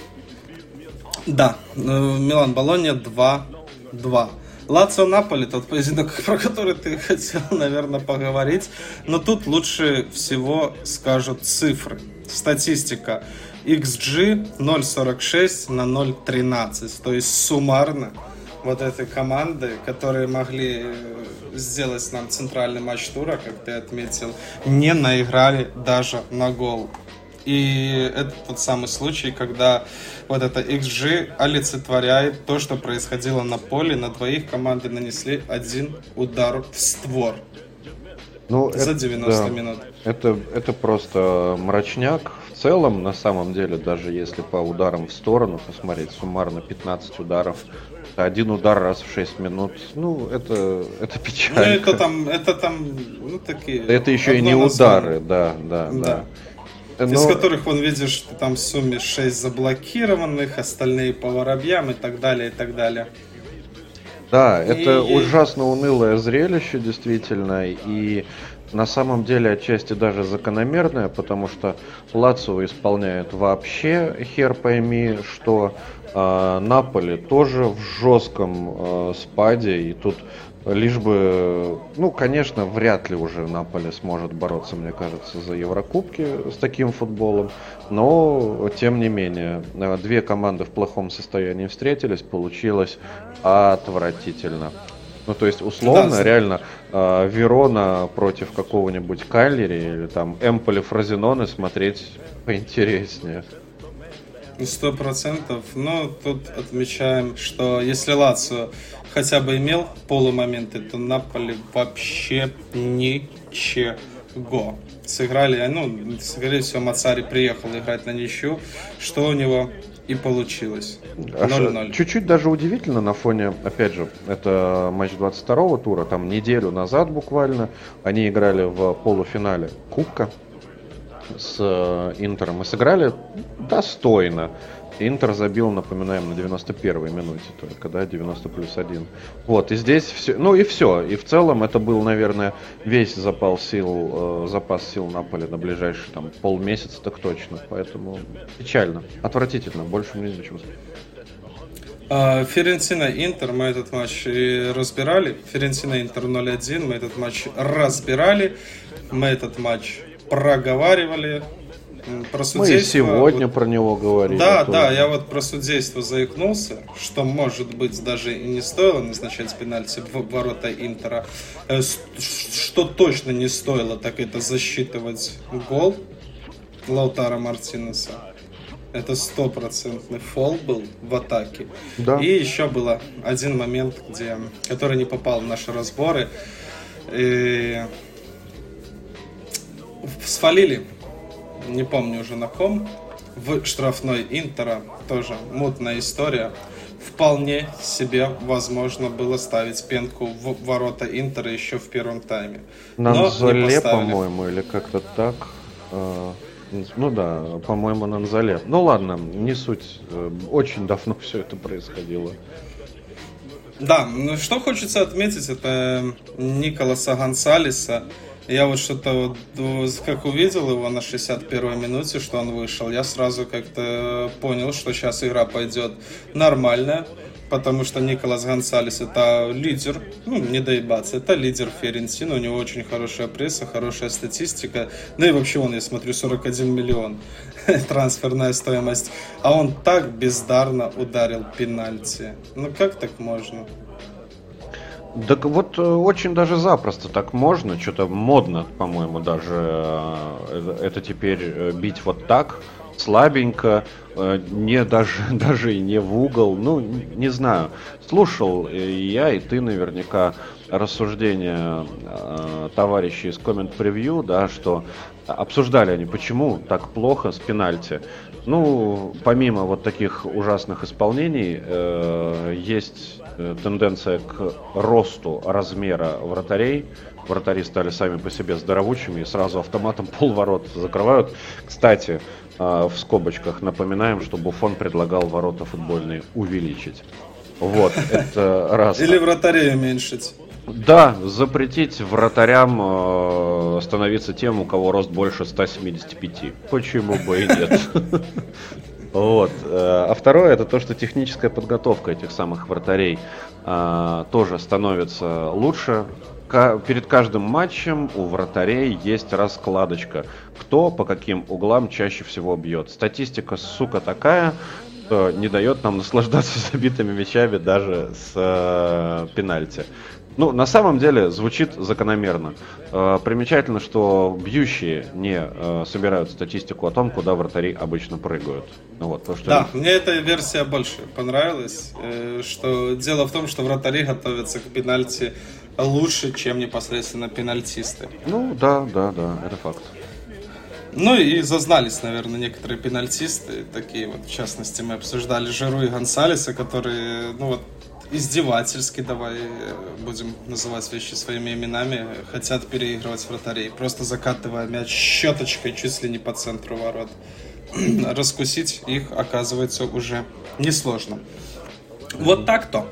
Да, Милан-Болонья 2-2. Лацио-Наполи, тот поединок, про который ты хотел, наверное, поговорить. Но тут лучше всего скажут цифры. Статистика. XG 0.46 на 0.13. То есть суммарно вот этой команды, которые могли сделать нам центральный матч тура, как ты отметил, не наиграли даже на гол. И это тот самый случай, когда вот это XG олицетворяет то, что происходило на поле. На двоих команды нанесли один удар в створ за 90 минут. Это просто мрачняк. В целом, на самом деле, даже если по ударам в сторону посмотреть, суммарно 15 ударов, один удар раз в 6 минут, ну, это печально. Ну, это там, ну, такие... Это еще и не удары, да. Из которых, вон, видишь, там в сумме 6 заблокированных, остальные по воробьям и так далее, и так далее. Да, это ужасно унылое зрелище, действительно, и на самом деле отчасти даже закономерное, потому что Лацио исполняет вообще хер пойми, что Наполи тоже в жестком спаде, и тут лишь бы, ну, конечно, вряд ли уже Наполи сможет бороться, мне кажется, за Еврокубки с таким футболом, но, тем не менее, две команды в плохом состоянии встретились, получилось отвратительно. Ну, то есть, условно, реально, Верона против какого-нибудь Каллери или там Эмполи Фрозиноне смотреть поинтереснее. 100%. Но тут отмечаем, что если Лацио хотя бы имел полумоменты, то Наполи вообще ничего. Сыграли, скорее всего, Мацари приехал играть на ничью, что у него и получилось. 0-0. Чуть-чуть даже удивительно на фоне, опять же, это матч 22-го тура, там неделю назад буквально, они играли в полуфинале Кубка с Интером и сыграли достойно. Интер забил, напоминаем, на 91-й минуте только, да, 90+1. Вот, и здесь все, ну и все. И в целом это был, наверное, весь запас сил Наполи на ближайшие там полмесяца, так точно. Поэтому печально, отвратительно, больше мне ничего сказать. Фиорентина-Интер, мы этот матч разбирали. Фиорентина-Интер 0-1, мы этот матч разбирали. Мы этот матч проговаривали. Мы и сегодня про него говорили. Да, я вот про судейство заикнулся, что, может быть, даже и не стоило назначать пенальти в ворота Интера. Что точно не стоило, так это засчитывать гол. Лаутаро Мартинеса. Это 100% фол был в атаке. Да. И еще был один момент, который не попал в наши разборы. Сфалили, не помню уже на ком, в штрафной Интера, тоже мутная история. Вполне себе возможно было ставить пенку в ворота Интера еще в первом тайме. Нанзоле, по-моему, или как-то так. Ну да, по-моему, Нанзоле. Ну ладно, не суть. Очень давно все это происходило. Да, ну что хочется отметить, это Николаса Гонсалеса. Я вот что-то, как увидел его на 61-й минуте, что он вышел, я сразу как-то понял, что сейчас игра пойдет нормально, потому что Николас Гонсалес это лидер, ну не доебаться, это лидер Фиорентины, у него очень хорошая пресса, хорошая статистика, ну и вообще он, я смотрю, 41 миллион трансферная стоимость, а он так бездарно ударил пенальти, ну как так можно? Так вот, очень даже запросто так можно, что-то модно, по-моему, даже это теперь бить вот так, слабенько, не даже и не в угол, ну, не знаю. Слушал я и ты наверняка рассуждения товарищей из Comment Preview, да, что обсуждали они, почему так плохо с пенальти. Ну, помимо вот таких ужасных исполнений, есть тенденция к росту размера вратарей. Вратари стали сами по себе здоровучими и сразу автоматом полворот закрывают. Кстати, в скобочках напоминаем, что Буфон предлагал ворота футбольные увеличить. Вот, это раз. Или вратарей уменьшить. Да, запретить вратарям становиться тем, у кого рост больше 175. Почему бы и нет? Вот. А второе, это то, что техническая подготовка этих самых вратарей тоже становится лучше. Перед каждым матчем у вратарей есть раскладочка, кто по каким углам чаще всего бьет. Статистика, сука, такая, что не дает нам наслаждаться забитыми мячами даже с пенальти. Ну, на самом деле, звучит закономерно. Примечательно, что бьющие не собирают статистику о том, куда вратари обычно прыгают. Вот, то, что... Да, мне эта версия больше понравилась. Что дело в том, что вратари готовятся к пенальти лучше, чем непосредственно пенальтисты. Ну, да, это факт. Ну и зазнались, наверное, некоторые пенальтисты. Такие вот, в частности, мы обсуждали Жиру и Гонсалеса, которые, ну вот, издевательски, давай будем называть вещи своими именами, хотят переигрывать вратарей, просто закатывая мяч щеточкой чуть ли не по центру ворот. Раскусить их, оказывается, уже несложно. Вот так-то.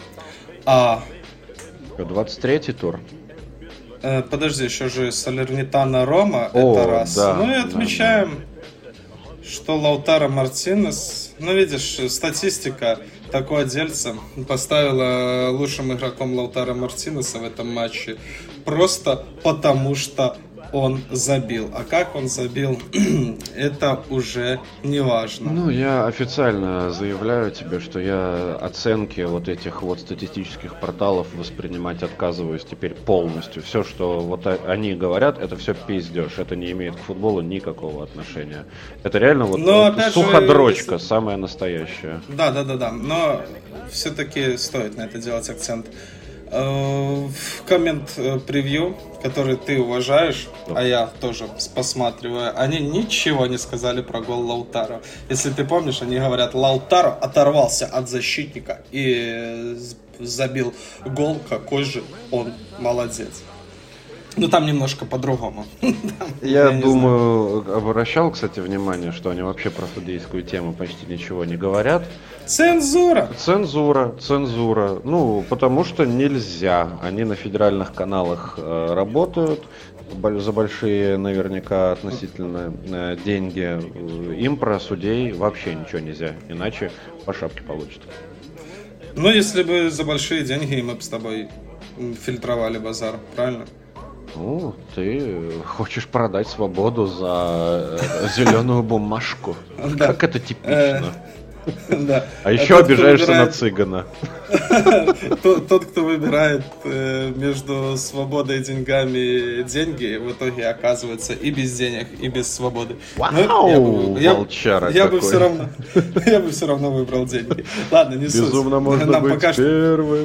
23-й тур. Подожди, еще же Салернитана Рома, это раз. Да, ну и отмечаем, что Лаутаро Мартинес, ну видишь, статистика такое дельце поставила лучшим игроком Лаутаро Мартинеса в этом матче, просто потому что он забил. А как он забил, это уже не важно. Ну, я официально заявляю тебе, что я оценки вот этих вот статистических порталов воспринимать отказываюсь теперь полностью. Все, что вот они говорят, это все пиздеж. Это не имеет к футболу никакого отношения. Это реально вот суходрочка, самая настоящая. Да. Но все-таки стоит на это делать акцент. В коммент-превью, который ты уважаешь, а я тоже посматриваю, они ничего не сказали про гол Лаутаро. Если ты помнишь, они говорят, Лаутаро оторвался от защитника и забил гол, какой же он молодец. Ну, там немножко по-другому. Я думаю, обращал, кстати, внимание, что они вообще про судейскую тему почти ничего не говорят. Цензура! Цензура. Ну, потому что нельзя. Они на федеральных каналах работают за большие, наверняка, относительно деньги. Им про судей вообще ничего нельзя. Иначе по шапке получат. Ну, если бы за большие деньги мы бы с тобой фильтровали базар, правильно? Ну, ты хочешь продать свободу за зеленую бумажку. Как это типично. Да. А еще обижаешься на цыгана. Тот, кто выбирает между свободой и деньгами деньги, в итоге оказывается и без денег, и без свободы. Вау, волчара я бы все равно выбрал деньги. Ладно, не суть. Безумно можно быть первым.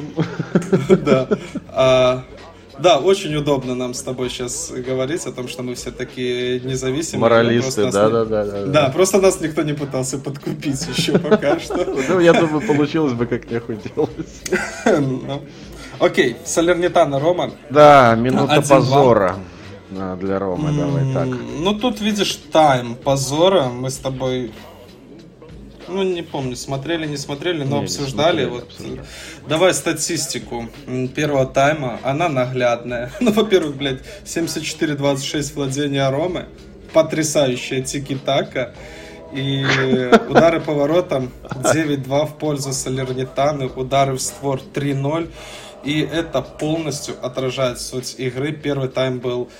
Да. Да, очень удобно нам с тобой сейчас говорить о том, что мы все такие независимые. Моралисты, да. Да, просто нас никто не пытался подкупить еще пока что. Ну, я думаю, получилось бы как нехуй делать. Окей, Салернитана, Рома. Да, минута позора для Ромы, давай так. Ну, тут видишь тайм позора, мы с тобой... Ну, не помню, смотрели, не смотрели, но обсуждали. Смотрели. Давай статистику первого тайма. Она наглядная. Ну, во-первых, 74-26 владения Ромы. Потрясающая тики-така. И удары по воротам 9-2 в пользу Салернитаны. Удары в створ 3-0. И это полностью отражает суть игры. Первый тайм был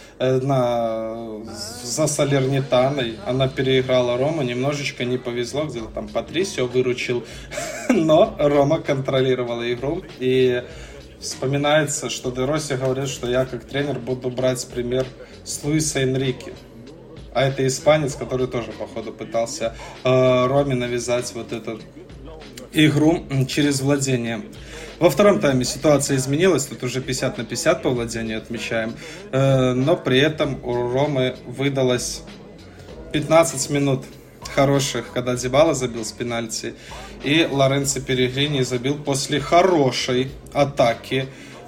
за Салернитаной. Она переиграла Рому. Немножечко не повезло. Где-то там Патрисио выручил. Но Рома контролировала игру. И вспоминается, что Де Росси говорит, что я как тренер буду брать пример с Луиса Энрике. А это испанец, который тоже, походу, пытался Роме навязать вот эту игру через владение. Во втором тайме ситуация изменилась, тут уже 50-50 по владению отмечаем, но при этом у Ромы выдалось 15 минут хороших, когда Дибала забил с пенальти, и Лоренцо Перегрини забил после хорошей атаки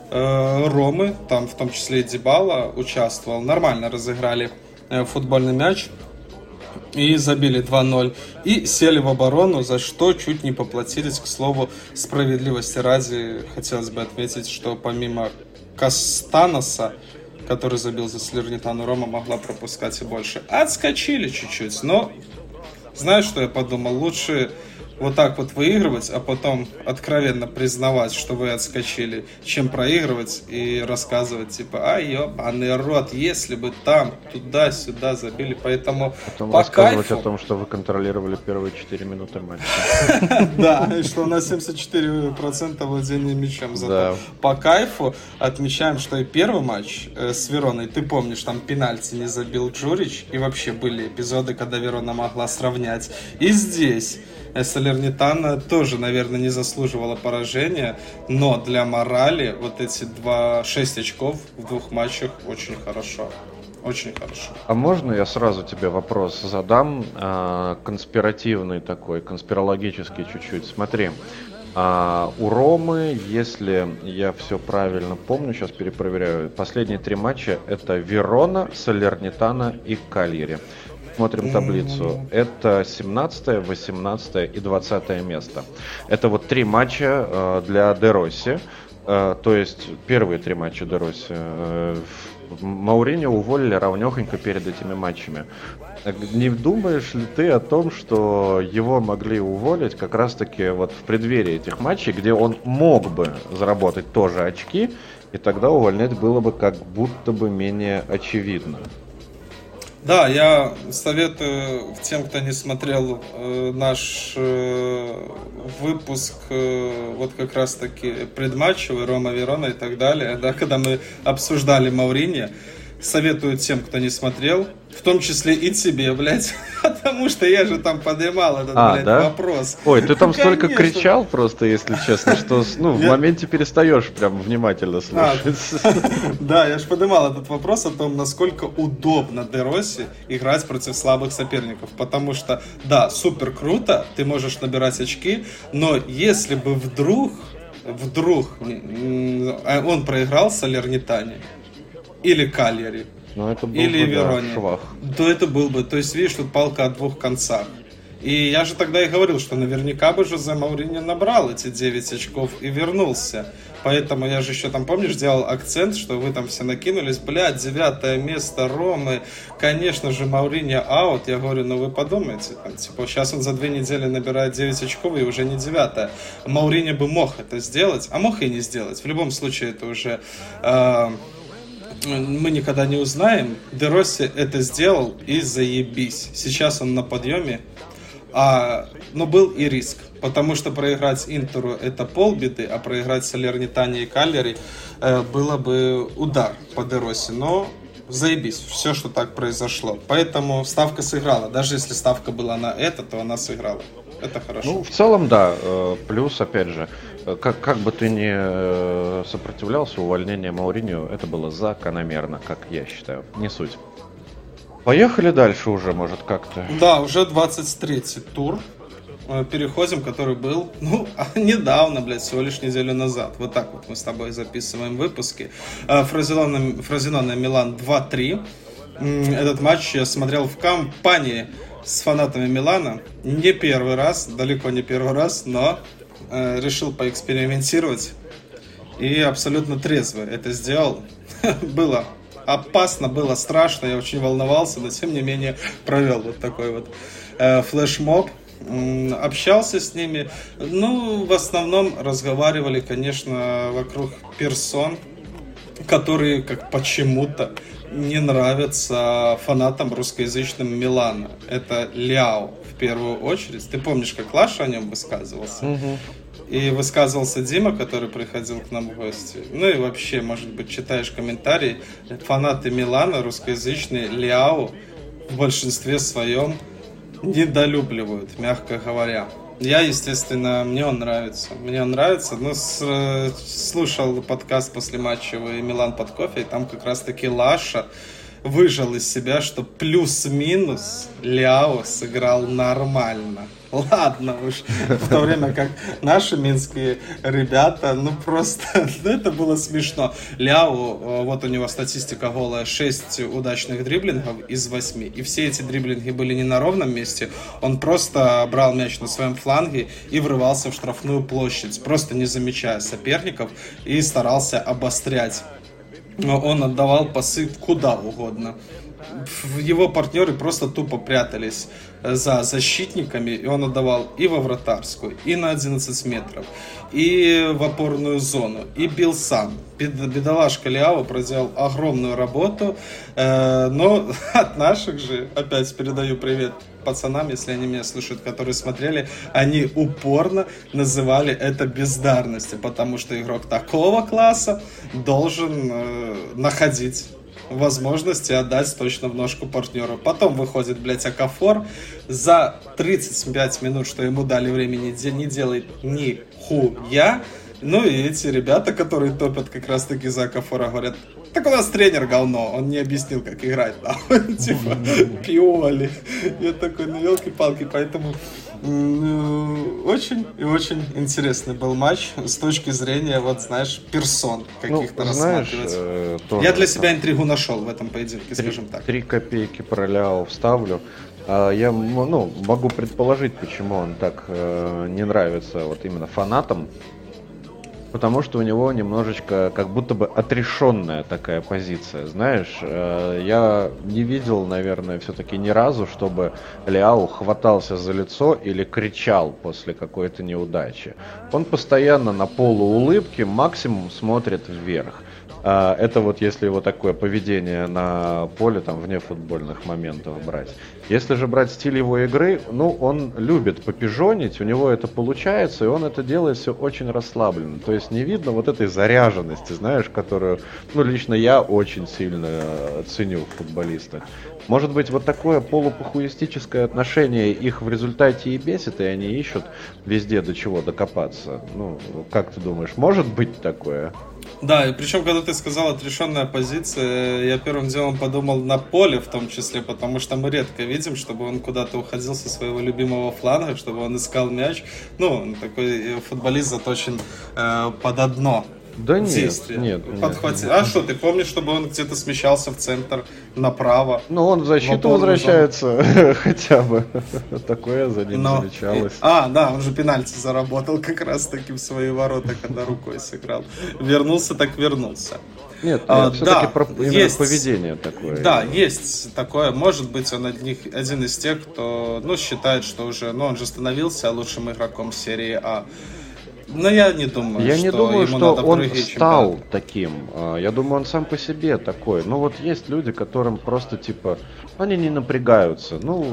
Ромы, там в том числе и Дибала участвовал, нормально разыграли футбольный мяч. И забили 2-0. И сели в оборону, за что чуть не поплатились. К слову, справедливости ради, хотелось бы отметить, что помимо Кастаноса, который забил за Салернитану, Рома могла пропускать и больше. Отскочили чуть-чуть, но знаешь, что я подумал? Лучше вот так вот выигрывать, а потом откровенно признавать, что вы отскочили, чем проигрывать и рассказывать, типа, ёбаный рот, если бы там, туда-сюда забили, поэтому потом рассказывать о том, что вы контролировали первые 4 минуты матча. Да, и что у нас 74% владения мячом. Зато по кайфу отмечаем, что и первый матч с Вероной, ты помнишь, там пенальти не забил Джурич, и вообще были эпизоды, когда Верона могла сравнять. И здесь Салернитана тоже, наверное, не заслуживала поражения, но для морали вот эти 6 очков в 2 матчах очень хорошо. Очень хорошо. А можно я сразу тебе вопрос задам, конспиративный такой, конспирологический чуть-чуть? Смотри, у Ромы, если я все правильно помню, сейчас перепроверяю, последние 3 матча это Верона, Салернитана и Кальяри. Смотрим таблицу. Это 17, 18 и 20 место. Это вот 3 матча для Де Росси. То есть первые 3 матча Де Росси. Мауриньо уволили равнёхонько перед этими матчами. Не думаешь ли ты о том, что его могли уволить как раз-таки вот в преддверии этих матчей, где он мог бы заработать тоже очки, и тогда увольнять было бы как будто бы менее очевидно? Да, я советую тем, кто не смотрел наш выпуск, вот как раз таки предматчевый, Рома Верона и так далее, да, когда мы обсуждали Мауриньо, советую тем, кто не смотрел, в том числе и тебе, блядь, потому что я же там поднимал этот, вопрос. Ой, ты там столько кричал просто, если честно, что в моменте перестаешь прям внимательно слушать. Да, я же поднимал этот вопрос о том, насколько удобно Де Росси играть против слабых соперников, потому что, да, супер круто, ты можешь набирать очки, но если бы вдруг он проиграл Салернитане, или Кальяри, или Вероне, то это был бы, то есть, видишь, тут палка о 2 концах. И я же тогда и говорил, что наверняка бы Жозе Мауриньо набрал эти 9 очков и вернулся. Поэтому я же еще там, помнишь, делал акцент, что вы там все накинулись, 9 место Ромы, конечно же, Мауриньо аут. Я говорю, ну вы подумайте, типа, сейчас он за 2 недели набирает 9 очков и уже не 9. Мауриньо бы мог это сделать, а мог и не сделать. В любом случае, это уже... мы никогда не узнаем. Де Росси это сделал и заебись. Сейчас он на подъеме. Но был и риск, потому что проиграть Интеру это полбеды, а проиграть Салернитане и Кальяри было бы удар по Де-Росси. Но заебись, все, что так произошло. Поэтому ставка сыграла. Даже если ставка была на это, то она сыграла. Это хорошо. Ну, в целом, да. Плюс, опять же, как бы ты ни сопротивлялся увольнению Мауриньо, это было закономерно, как я считаю. Не суть. Поехали дальше уже, может, как-то. Да, уже 23-й тур. Переходим, который был, недавно, всего лишь неделю назад. Вот так вот мы с тобой записываем выпуски. Фрозиноне Милан 2-3. Этот матч я смотрел в компании с фанатами Милана. Не первый раз, далеко не первый раз, но решил поэкспериментировать. И абсолютно трезво это сделал. Было опасно, было страшно, я очень волновался, но тем не менее провел вот такой вот флешмоб. Общался с ними. В основном разговаривали, конечно, вокруг персон, которые как почему-то не нравятся фанатам русскоязычным Милана. Это Ляо в первую очередь. Ты помнишь, как Лаша о нем высказывался? Угу. И высказывался Дима, который приходил к нам в гости. И вообще, может быть, читаешь комментарии. Фанаты Милана, русскоязычные, Ляо в большинстве своем недолюбливают, мягко говоря. Я, естественно, мне он нравится, но слушал подкаст после матча Милан под кофе, и там как раз-таки Лаша выжал из себя, что плюс-минус Ляо сыграл нормально. Ладно уж, в то время как наши минские ребята, это было смешно. Ляо, вот у него статистика голая, 6 удачных дриблингов из 8. И все эти дриблинги были не на ровном месте. Он просто брал мяч на своем фланге и врывался в штрафную площадь, просто не замечая соперников, и старался обострять. Но он отдавал пасы куда угодно. Его партнеры просто тупо прятались за защитниками, и он отдавал и во вратарскую, и на 11 метров, и в опорную зону, и бил сам. Бедолашка Ляо проделал огромную работу, но от наших же, опять передаю привет пацанам, если они меня слушают, которые смотрели, они упорно называли это бездарностью, потому что игрок такого класса должен находить возможности отдать точно в ножку партнеру. Потом выходит, Окафор за 35 минут, что ему дали времени, не делает ни хуя. И эти ребята, которые топят как раз таки за Окафора, говорят: так у нас тренер говно, он не объяснил, как играть. Типа, пиоли. Я такой, елки-палки, поэтому очень и очень интересный был матч с точки зрения, персон каких-то рассматривать. Я для себя интригу нашел в этом поединке, скажем так. 3 копейки про Ляо вставлю. Я могу предположить, почему он так не нравится вот именно фанатам. Потому что у него немножечко как будто бы отрешенная такая позиция, знаешь. Я не видел, наверное, все-таки ни разу, чтобы Ляо хватался за лицо или кричал после какой-то неудачи. Он постоянно на полуулыбке, максимум смотрит вверх. Это вот если его такое поведение на поле, вне футбольных моментов брать. Если же брать стиль его игры, он любит попижонить, у него это получается, и он это делает все очень расслабленно. То есть не видно вот этой заряженности, знаешь, которую, лично я очень сильно ценю в футболистах. Может быть, вот такое полупохуистическое отношение их в результате и бесит, и они ищут везде до чего докопаться. Как ты думаешь, может быть такое? Да, и причем, когда ты сказал отрешенная позиция, я первым делом подумал на поле в том числе, потому что мы редко видим, чтобы он куда-то уходил со своего любимого фланга, чтобы он искал мяч. Такой футболист заточен под одно. Да нет. Подхватил. А что, ты помнишь, чтобы он где-то смещался в центр, направо? Он в защиту возвращается хотя бы. Такое за ним замечалось. Да, он же пенальти заработал как раз таки в свои ворота, когда рукой сыграл. Вернулся так вернулся. Нет, все-таки именно поведение такое. Да, есть такое. Может быть, он один из тех, кто считает, что уже, он же становился лучшим игроком серии А. Но я не думаю, что он стал таким. Я думаю, он сам по себе такой. Есть люди, которым просто они не напрягаются.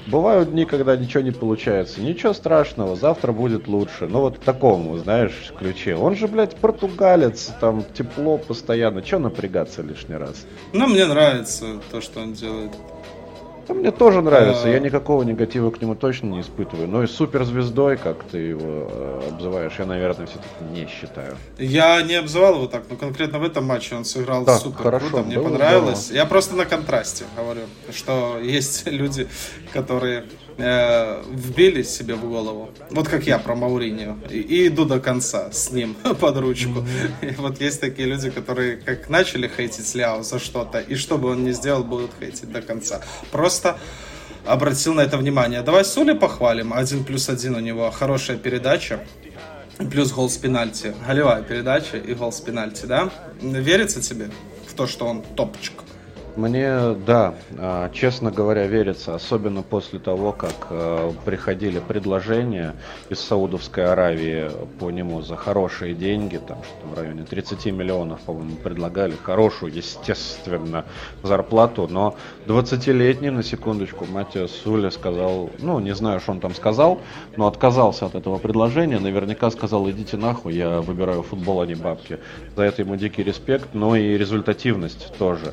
Бывают дни, когда ничего не получается. Ничего страшного, завтра будет лучше. Ну вот в таком, знаешь, ключе. Он же, блядь, португалец, там тепло постоянно. Чего напрягаться лишний раз? Ну, мне нравится то, что он делает. Да, мне тоже нравится, я никакого негатива к нему точно не испытываю. Но и суперзвездой, как ты его обзываешь, я, наверное, все-таки не считаю. Я не обзывал его так, но конкретно в этом матче он сыграл да, супер хорошо, круто, мне понравилось. Здорово. Я просто на контрасте говорю, что есть люди, которые вбили себе в голову, вот как я про Мауриньо, и иду до конца с ним под ручку. И вот есть такие люди, которые как начали хейтить Ляо за что-то, и что бы он ни сделал, будут хейтить до конца. Просто обратил на это внимание. Давай Сули похвалим. 1+1 у него хорошая передача. Плюс гол с пенальти. Голевая передача и гол с пенальти, да? Верится тебе в то, что он топчик? Мне, да, честно говоря, верится, особенно после того, как приходили предложения из Саудовской Аравии по нему за хорошие деньги, там что-то в районе 30 миллионов, по-моему, предлагали, хорошую, естественно, зарплату, но 20-летний, на секундочку, Матиас Сули сказал, ну, не знаю, что он там сказал, но отказался от этого предложения, наверняка сказал, идите нахуй, я выбираю футбол, а не бабки. За это ему дикий респект, но и результативность тоже.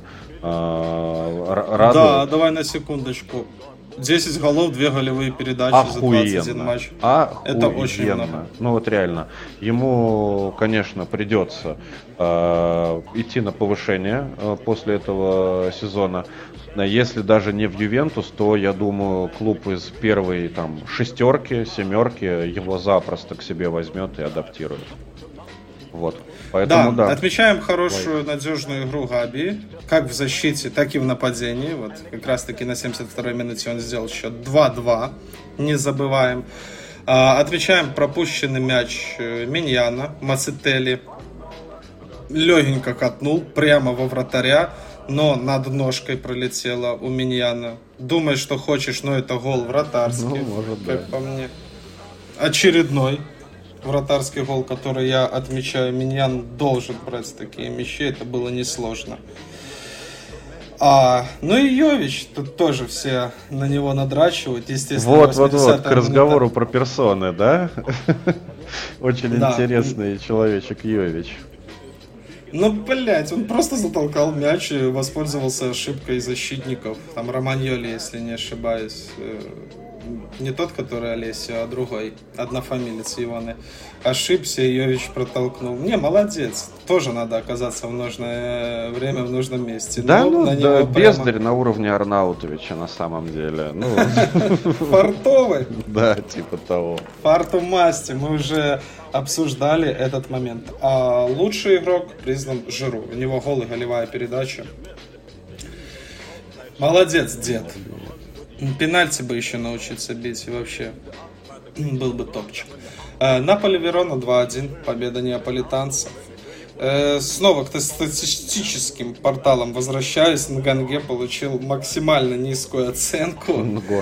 Радует. Да, давай на секундочку. 10 голов, 2 голевые передачи охуенно. За 21 матч. Охуенно. Это очень много. Ну вот реально. Ему, конечно, придется идти на повышение после этого сезона. Если даже не в Ювентус, то, я думаю, клуб из первой там 6-ки, 7-ки его запросто к себе возьмет и адаптирует. Вот. Поэтому, да, отмечаем хорошую, надежную игру Габи, как в защите, так и в нападении. Вот как раз таки на 72-й минуте он сделал счет 2-2, не забываем. Отмечаем пропущенный мяч Миньяна, Мацетели. Легенько катнул прямо во вратаря, но над ножкой пролетело у Миньяна. Думай, что хочешь, но это гол вратарский, ну, может, как по мне. Очередной вратарский гол, который я отмечаю. Миньян должен брать такие мячи, это было несложно. Ну и Йович, тут тоже все на него надрачивают, естественно. Вот, к разговору про персоны, да? Очень интересный человечек Йович. Ну, блять, он просто затолкал мяч и воспользовался ошибкой защитников. Там Романьоли, если не ошибаюсь. Не тот, который Олесио, а другой, однофамилец Иваны. Ошибся, Йович протолкнул. Не, молодец. Тоже надо оказаться в нужное время, в нужном месте. Да, да, бездарь на уровне Арнаутовича на самом деле. Фартовый? Да, типа того. Фарту масти. Мы уже обсуждали этот момент. А лучший игрок признан Жиру. У него гол и голевая передача. Молодец, дед. Пенальти бы еще научиться бить, и вообще был бы топчик. Наполи Верона 2-1, победа неаполитанцев. Снова к статистическим порталам возвращаюсь. Нганге получил максимально низкую оценку.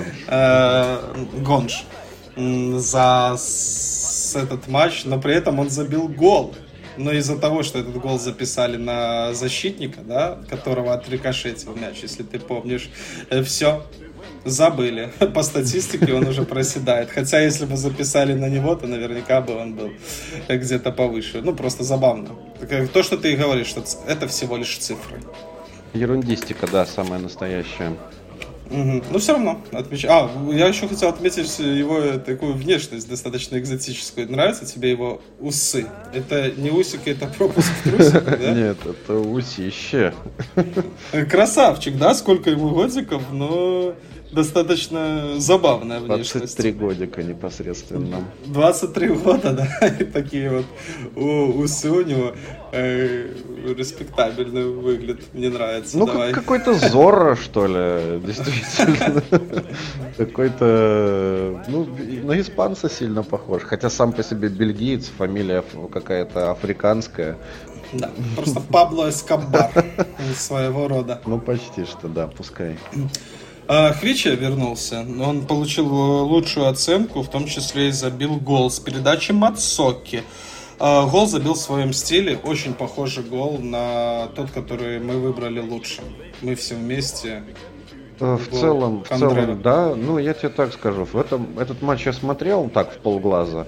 Гонж за этот матч, но при этом он забил гол. Но из-за того, что этот гол записали на защитника, да, которого отрикошетил мяч, если ты помнишь, все. Забыли. По статистике он уже проседает. Хотя, если бы записали на него, то наверняка бы он был где-то повыше. Ну, просто забавно. То, что ты и говоришь, что это всего лишь цифры. Ерундистика, да, самая настоящая. Угу. Но все равно отмечаю. Я еще хотел отметить его такую внешность достаточно экзотическую. Нравятся тебе его усы? Это не усики, это пропуск в трусик, да? Нет, это усище. Красавчик, да? Сколько ему годиков, но достаточно забавная внешность. 23 годика непосредственно. 23 года, да, и такие вот усы у него респектабельный выглядит, мне нравится. Ну, какой-то Зорро, что ли, действительно. Какой-то, ну, на испанца сильно похож, хотя сам по себе бельгиец, фамилия какая-то африканская. Да, просто Пабло Эскобар своего рода. Ну, почти что, да, пускай. Хвича вернулся, он получил лучшую оценку, в том числе и забил гол с передачи Мацоки. Гол забил в своем стиле, очень похожий гол на тот, который мы выбрали лучшим. Мы все вместе В целом, да. Ну, я тебе так скажу. Этот матч я смотрел так в полглаза.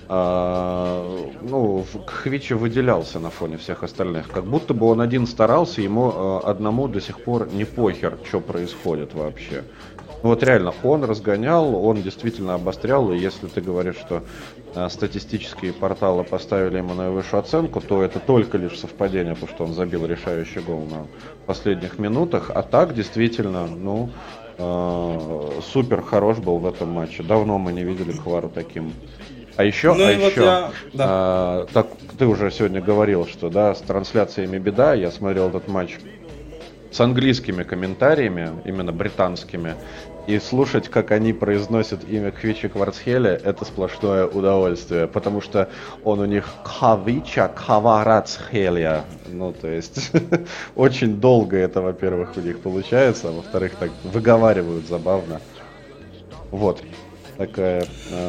Хвича выделялся на фоне всех остальных. Как будто бы он один старался, ему одному до сих пор не похер, что происходит вообще. Вот реально, он разгонял, он действительно обострял, и если ты говоришь, что статистические порталы поставили ему наивысшую оценку, то это только лишь совпадение, потому что он забил решающий гол на последних минутах, а так действительно, супер хорош был в этом матче. Давно мы не видели Хвару таким. А еще, так ты уже сегодня говорил, что да, с трансляциями беда. Я смотрел этот матч с английскими комментариями, именно британскими, и слушать, как они произносят имя Хвича Кварцхеля, это сплошное удовольствие, потому что он у них Хвича Кварцхеля, то есть очень долго это, во-первых, у них получается, а во-вторых, так выговаривают забавно. Вот. Такая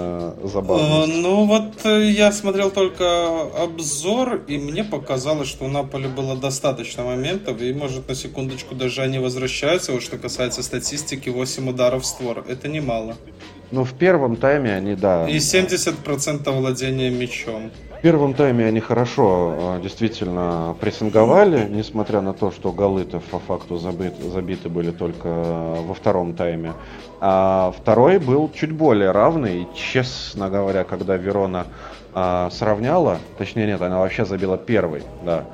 забавность. Я смотрел только обзор, и мне показалось, что у Наполи было достаточно моментов, и, может, на секундочку даже они возвращаются. Вот что касается статистики, 8 ударов в створ. Это немало. В первом тайме они, да. И 70% владения мячом. В первом тайме они хорошо действительно прессинговали, несмотря на то, что голы-то по факту забиты были только во втором тайме. А второй был чуть более равный. И, честно говоря, когда Верона сравняла, точнее нет, она вообще забила первой, да,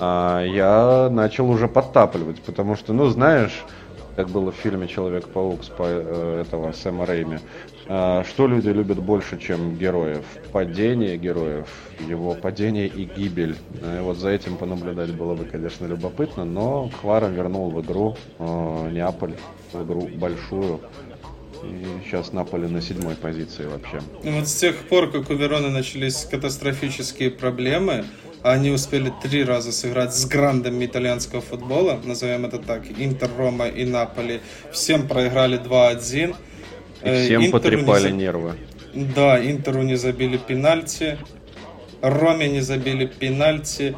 я начал уже подтапливать, потому что, знаешь, как было в фильме «Человек-паук» этого Сэма Рэйми, что люди любят больше, чем героев? Падение героев, его падение и гибель. И вот за этим понаблюдать было бы, конечно, любопытно, но Хвара вернул в игру Неаполь, в игру большую. И сейчас Наполи на 7-й позиции вообще. Вот с тех пор, как у Вероны начались катастрофические проблемы, они успели 3 раза сыграть с грандами итальянского футбола, назовем это так, Интер, Рома и Наполи. Всем проиграли 2-1. И всем потрепали нервы. Да, Интеру не забили пенальти, Роме не забили пенальти,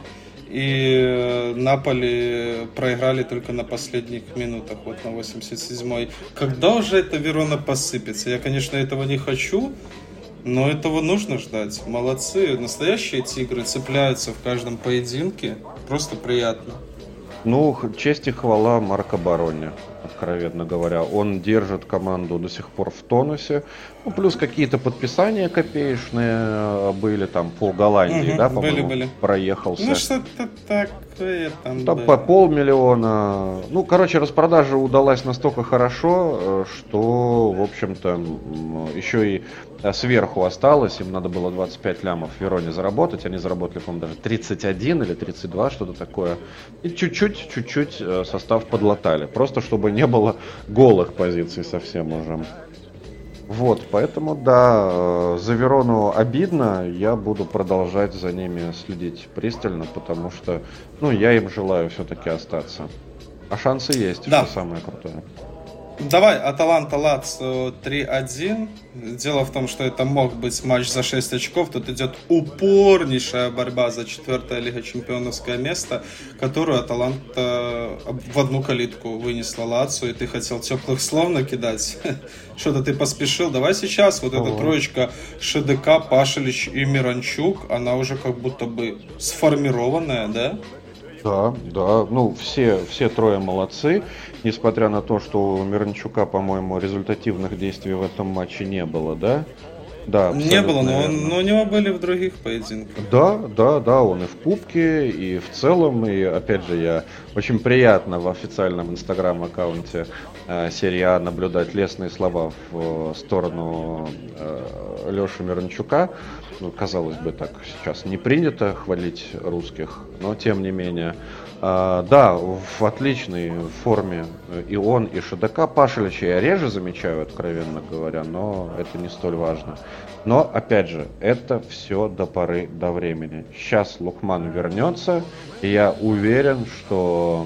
и Наполи проиграли только на последних минутах, вот на 87-й. Когда уже эта Верона посыпется? Я, конечно, этого не хочу, но этого нужно ждать. Молодцы, настоящие тигры цепляются в каждом поединке. Просто приятно. Честь и хвала Марко Бароне, откровенно говоря. Он держит команду до сих пор в тонусе. Плюс какие-то подписания копеечные были, там, по Голландии, да, по-моему, были. проехался. Что-то такое там по 500 000. Распродажа удалась настолько хорошо, что, в общем-то, еще и сверху осталось. Им надо было 25 лямов в Вероне заработать. Они заработали, по-моему, даже 31 или 32, что-то такое. И чуть-чуть состав подлатали. Просто чтобы не было голых позиций совсем уже. Вот, поэтому, да, за Верону обидно, я буду продолжать за ними следить пристально, потому что, я им желаю все-таки остаться. А шансы есть, да. Что самое крутое. Давай, Аталанта Лацио 3-1. Дело в том, что это мог быть матч за 6 очков. Тут идет упорнейшая борьба за 4-е Лига Чемпионовское место, которую Аталанта в одну калитку вынесла Лацио. И ты хотел теплых слов накидать. Что-то ты поспешил. Давай сейчас вот эта троечка ШДК, Пашелич и Миранчук, она уже как будто бы сформированная, да? Да, все трое молодцы, несмотря на то, что у Миранчука, по-моему, результативных действий в этом матче не было, да? Да, не было, но у него были в других поединках. Да, он и в Кубке, и в целом, и опять же, я очень приятно в официальном инстаграм-аккаунте серии А наблюдать лестные слова в сторону Леши Миранчука. Казалось бы, так сейчас не принято хвалить русских, но тем не менее. Да, в отличной форме и он, и ШДК. Пашелича я реже замечаю, откровенно говоря, но это не столь важно. Но, опять же, это все до поры до времени. Сейчас Лукман вернется, и я уверен, что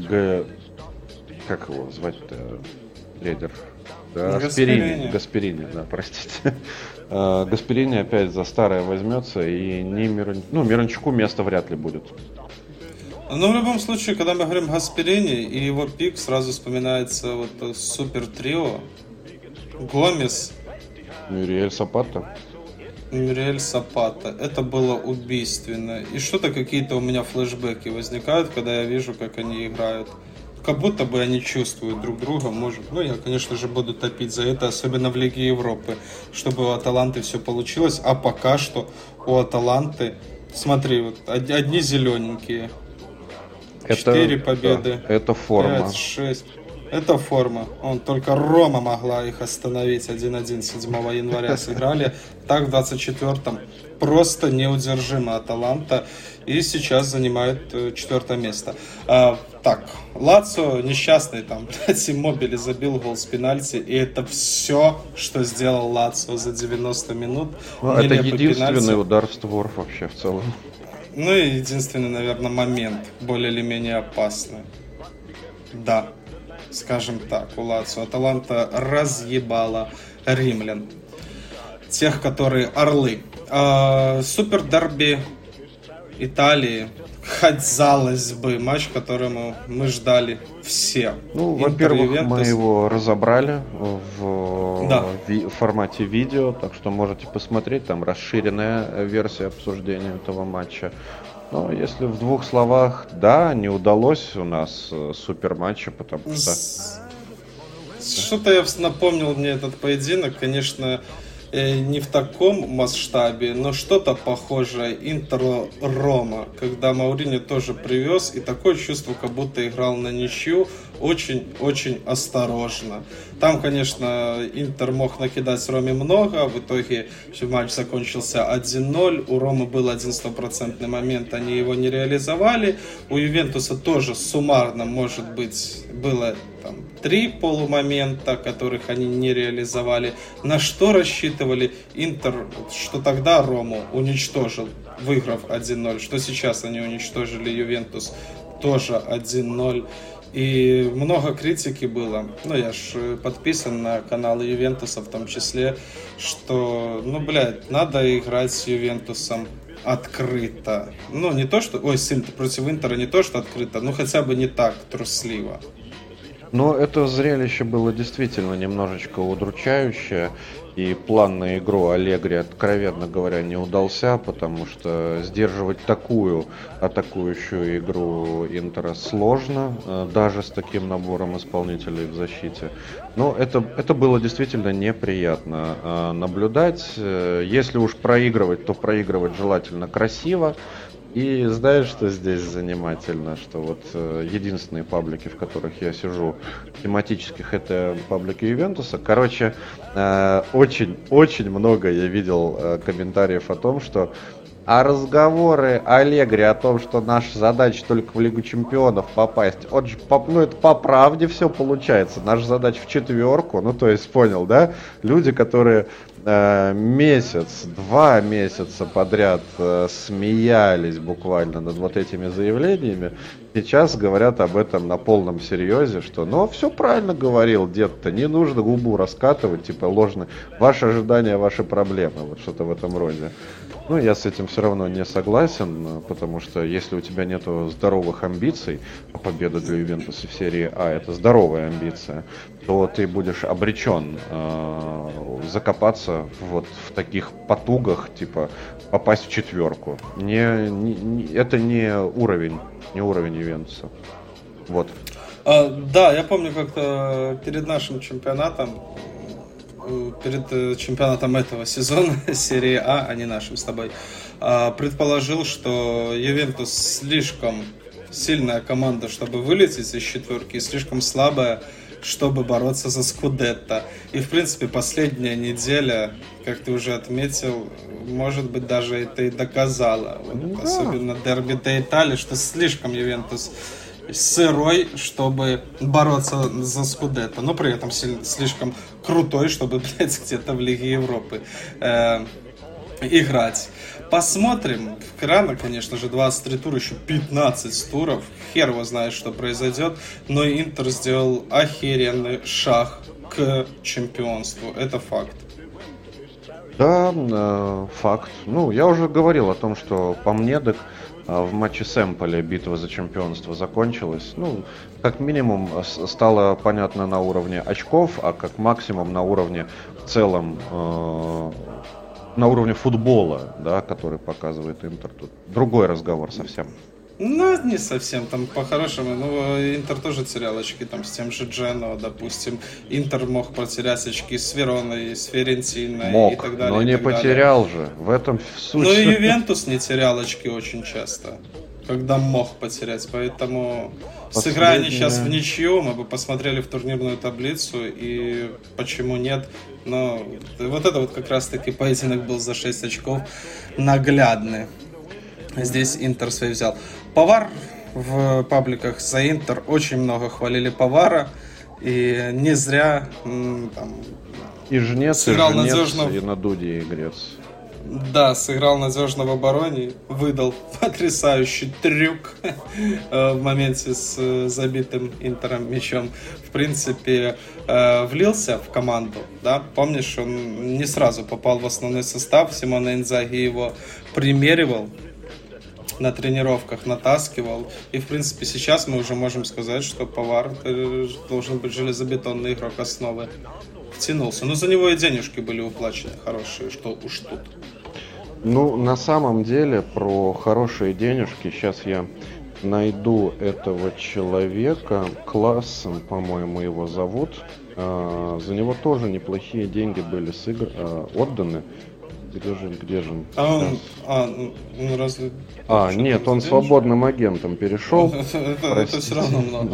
как его звать-то? Тренер? Гасперини, да, простите. Гасперини опять за старое возьмется, и Миранчуку места вряд ли будет. Но в любом случае, когда мы говорим Гасперини и его пик, сразу вспоминается вот супер трио. Гомес, Мюриэль Сапата. Мюриэль Сапата. Это было убийственно. И что-то какие-то у меня флешбеки возникают, когда я вижу, как они играют. Как будто бы они чувствуют друг друга, может. Ну, я, конечно же, буду топить за это, особенно в Лиге Европы, чтобы у Аталанты все получилось. А пока что у Аталанты, смотри, вот одни зелененькие. 4 победы. Да, это форма. 5, 6. Это форма. Только Рома могла их остановить. 1-1 7 января сыграли. Так в 24-м просто неудержимо Аталанта. И сейчас занимает 4-е место. Так, Лацио несчастный там. Иммобиле забил гол с пенальти. И это все, что сделал Лацио за 90 минут. Это единственный пенальти. Удар в створ вообще в целом. Ну и единственный, наверное, момент более или менее опасный. Да, скажем так, у Лацио Аталанта разъебала римлян. Тех, которые орлы. Супер дерби Италии. Казалось бы, матч, которому мы ждали все. Ну, во-первых, мы его разобрали в формате видео, так что можете посмотреть, там расширенная версия обсуждения этого матча. Но если в двух словах, да, не удалось у нас супер матча, потому что... Что-то я напомнил мне этот поединок, конечно, не в таком масштабе, но что-то похожее Интер-Рома, когда Мауриньо тоже привез, и такое чувство, как будто играл на ничью, очень-очень осторожно. Там, конечно, Интер мог накидать Роме много, в итоге матч закончился 1-0, у Ромы был один 100% момент, они его не реализовали, у Ювентуса тоже суммарно, может быть, было там 3 полумомента, которых они не реализовали. На что рассчитывали Интер, что тогда Рому уничтожил, выиграв 1-0, что сейчас они уничтожили Ювентус тоже 1-0. И много критики было, ну я ж подписан на каналы Ювентуса в том числе, что, надо играть с Ювентусом открыто. Ну не то, что, против Интера не то, что открыто, но хотя бы не так трусливо. Но это зрелище было действительно немножечко удручающее, и план на игру Аллегри, откровенно говоря, не удался, потому что сдерживать такую атакующую игру Интера сложно, даже с таким набором исполнителей в защите. Но это было действительно неприятно наблюдать. Если уж проигрывать, то проигрывать желательно красиво. И знаешь, что здесь занимательно, что вот единственные паблики, в которых я сижу, тематических, это паблики Ювентуса. Короче, очень много я видел комментариев о том, что разговоры Аллегри о том, что наша задача только в Лигу Чемпионов попасть, это по правде все получается. Наша задача в 4, то есть, понял, да? Люди, которые 2 месяца подряд смеялись буквально над вот этими заявлениями, сейчас говорят об этом на полном серьезе, что, все правильно говорил дед-то, не нужно губу раскатывать, типа ложно, ваши ожидания, ваши проблемы, вот что-то в этом роде. Я с этим все равно не согласен, потому что если у тебя нету здоровых амбиций, победа для Ювентуса в серии А это здоровая амбиция, то ты будешь обречен закопаться вот в таких потугах, типа попасть в 4. Это не уровень Ювентуса. Вот. Да, я помню как-то перед нашим чемпионатом, перед чемпионатом этого сезона, серии А не нашим с тобой, предположил, что Ювентус слишком сильная команда, чтобы вылететь из 4, и слишком слабая, чтобы бороться за Скудетто. И, в принципе, последняя неделя, как ты уже отметил, может быть, даже это и доказала. Вот, особенно дерби d'Italia, что слишком Ювентус сырой, чтобы бороться за Скудетто, но при этом слишком крутой, чтобы, где-то в Лиге Европы играть. Посмотрим. Рано, конечно же, 23 тура, еще 15 туров. Хер его знает, что произойдет. Но Интер сделал охеренный шаг к чемпионству. Это факт. Да, факт. Я уже говорил о том, что по мне, так в матче с Эмполи битва за чемпионство закончилась. Ну, как минимум стало понятно на уровне очков, а как максимум на уровне в целом, на уровне футбола, да, который показывает Интер. Тут другой разговор совсем. Ну, не совсем, там по-хорошему, Интер тоже терял очки, там, с тем же Джено, допустим, Интер мог потерять очки с Вероной, с Фиорентиной и так далее. Но не потерял же, в этом суть. Ну и Ювентус не терял очки очень часто, когда мог потерять, поэтому сыграя они сейчас в ничью, мы бы посмотрели в турнирную таблицу, и почему нет, но вот это вот как раз-таки поединок был за 6 очков наглядный. Здесь Интер свой взял. Павар в пабликах за Интер очень много хвалили Павара. И не зря там, и Жнец, сыграл и Жнец, надежно. И на Дуде игрец. Да, сыграл надежно в обороне. Выдал потрясающий трюк в моменте с забитым Интером мячом. В принципе, влился в команду. Да? Помнишь, он не сразу попал в основной состав. Симоне Инзаги его примеривал на тренировках, натаскивал. И, в принципе, сейчас мы уже можем сказать, что Павар должен быть железобетонный игрок основы. Втянулся. Но за него и денежки были уплачены хорошие, что уж тут. Ну, на самом деле, про хорошие денежки, сейчас я найду этого человека, Классен, по-моему, его зовут. За него тоже неплохие деньги были отданы. Где же он? Разве... нет, он свободным агентом перешел. Это все равно много.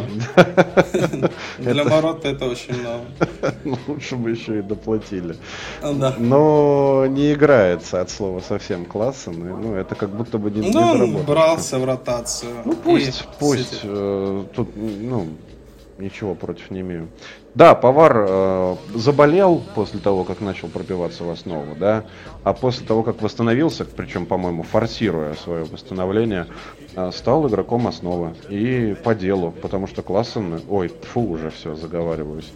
Для Марота это очень много. Лучше бы еще и доплатили. Да. Но не играется от слова совсем Классен. Ну, это как будто бы не он брался в ротацию. Ну, пусть. Тут, ничего против не имею. Да, Павар заболел после того, как начал пробиваться в основу, да, а после того, как восстановился, причем, по-моему, форсируя свое восстановление, стал игроком основы. И по делу, потому что Классен, уже все, заговариваюсь.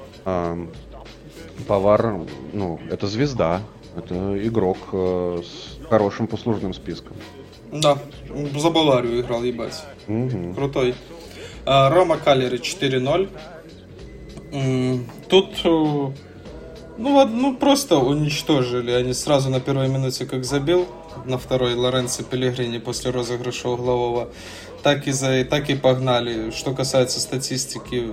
Павар, это звезда, это игрок с хорошим послужным списком. Да, за Баварию играл, ебать. Угу. Крутой. Рома Калери 4-0. Тут, просто уничтожили. Они сразу на первой минуте как забил, на второй Лоренцо Пеллегрини после розыгрыша углового, так и погнали. Что касается статистики,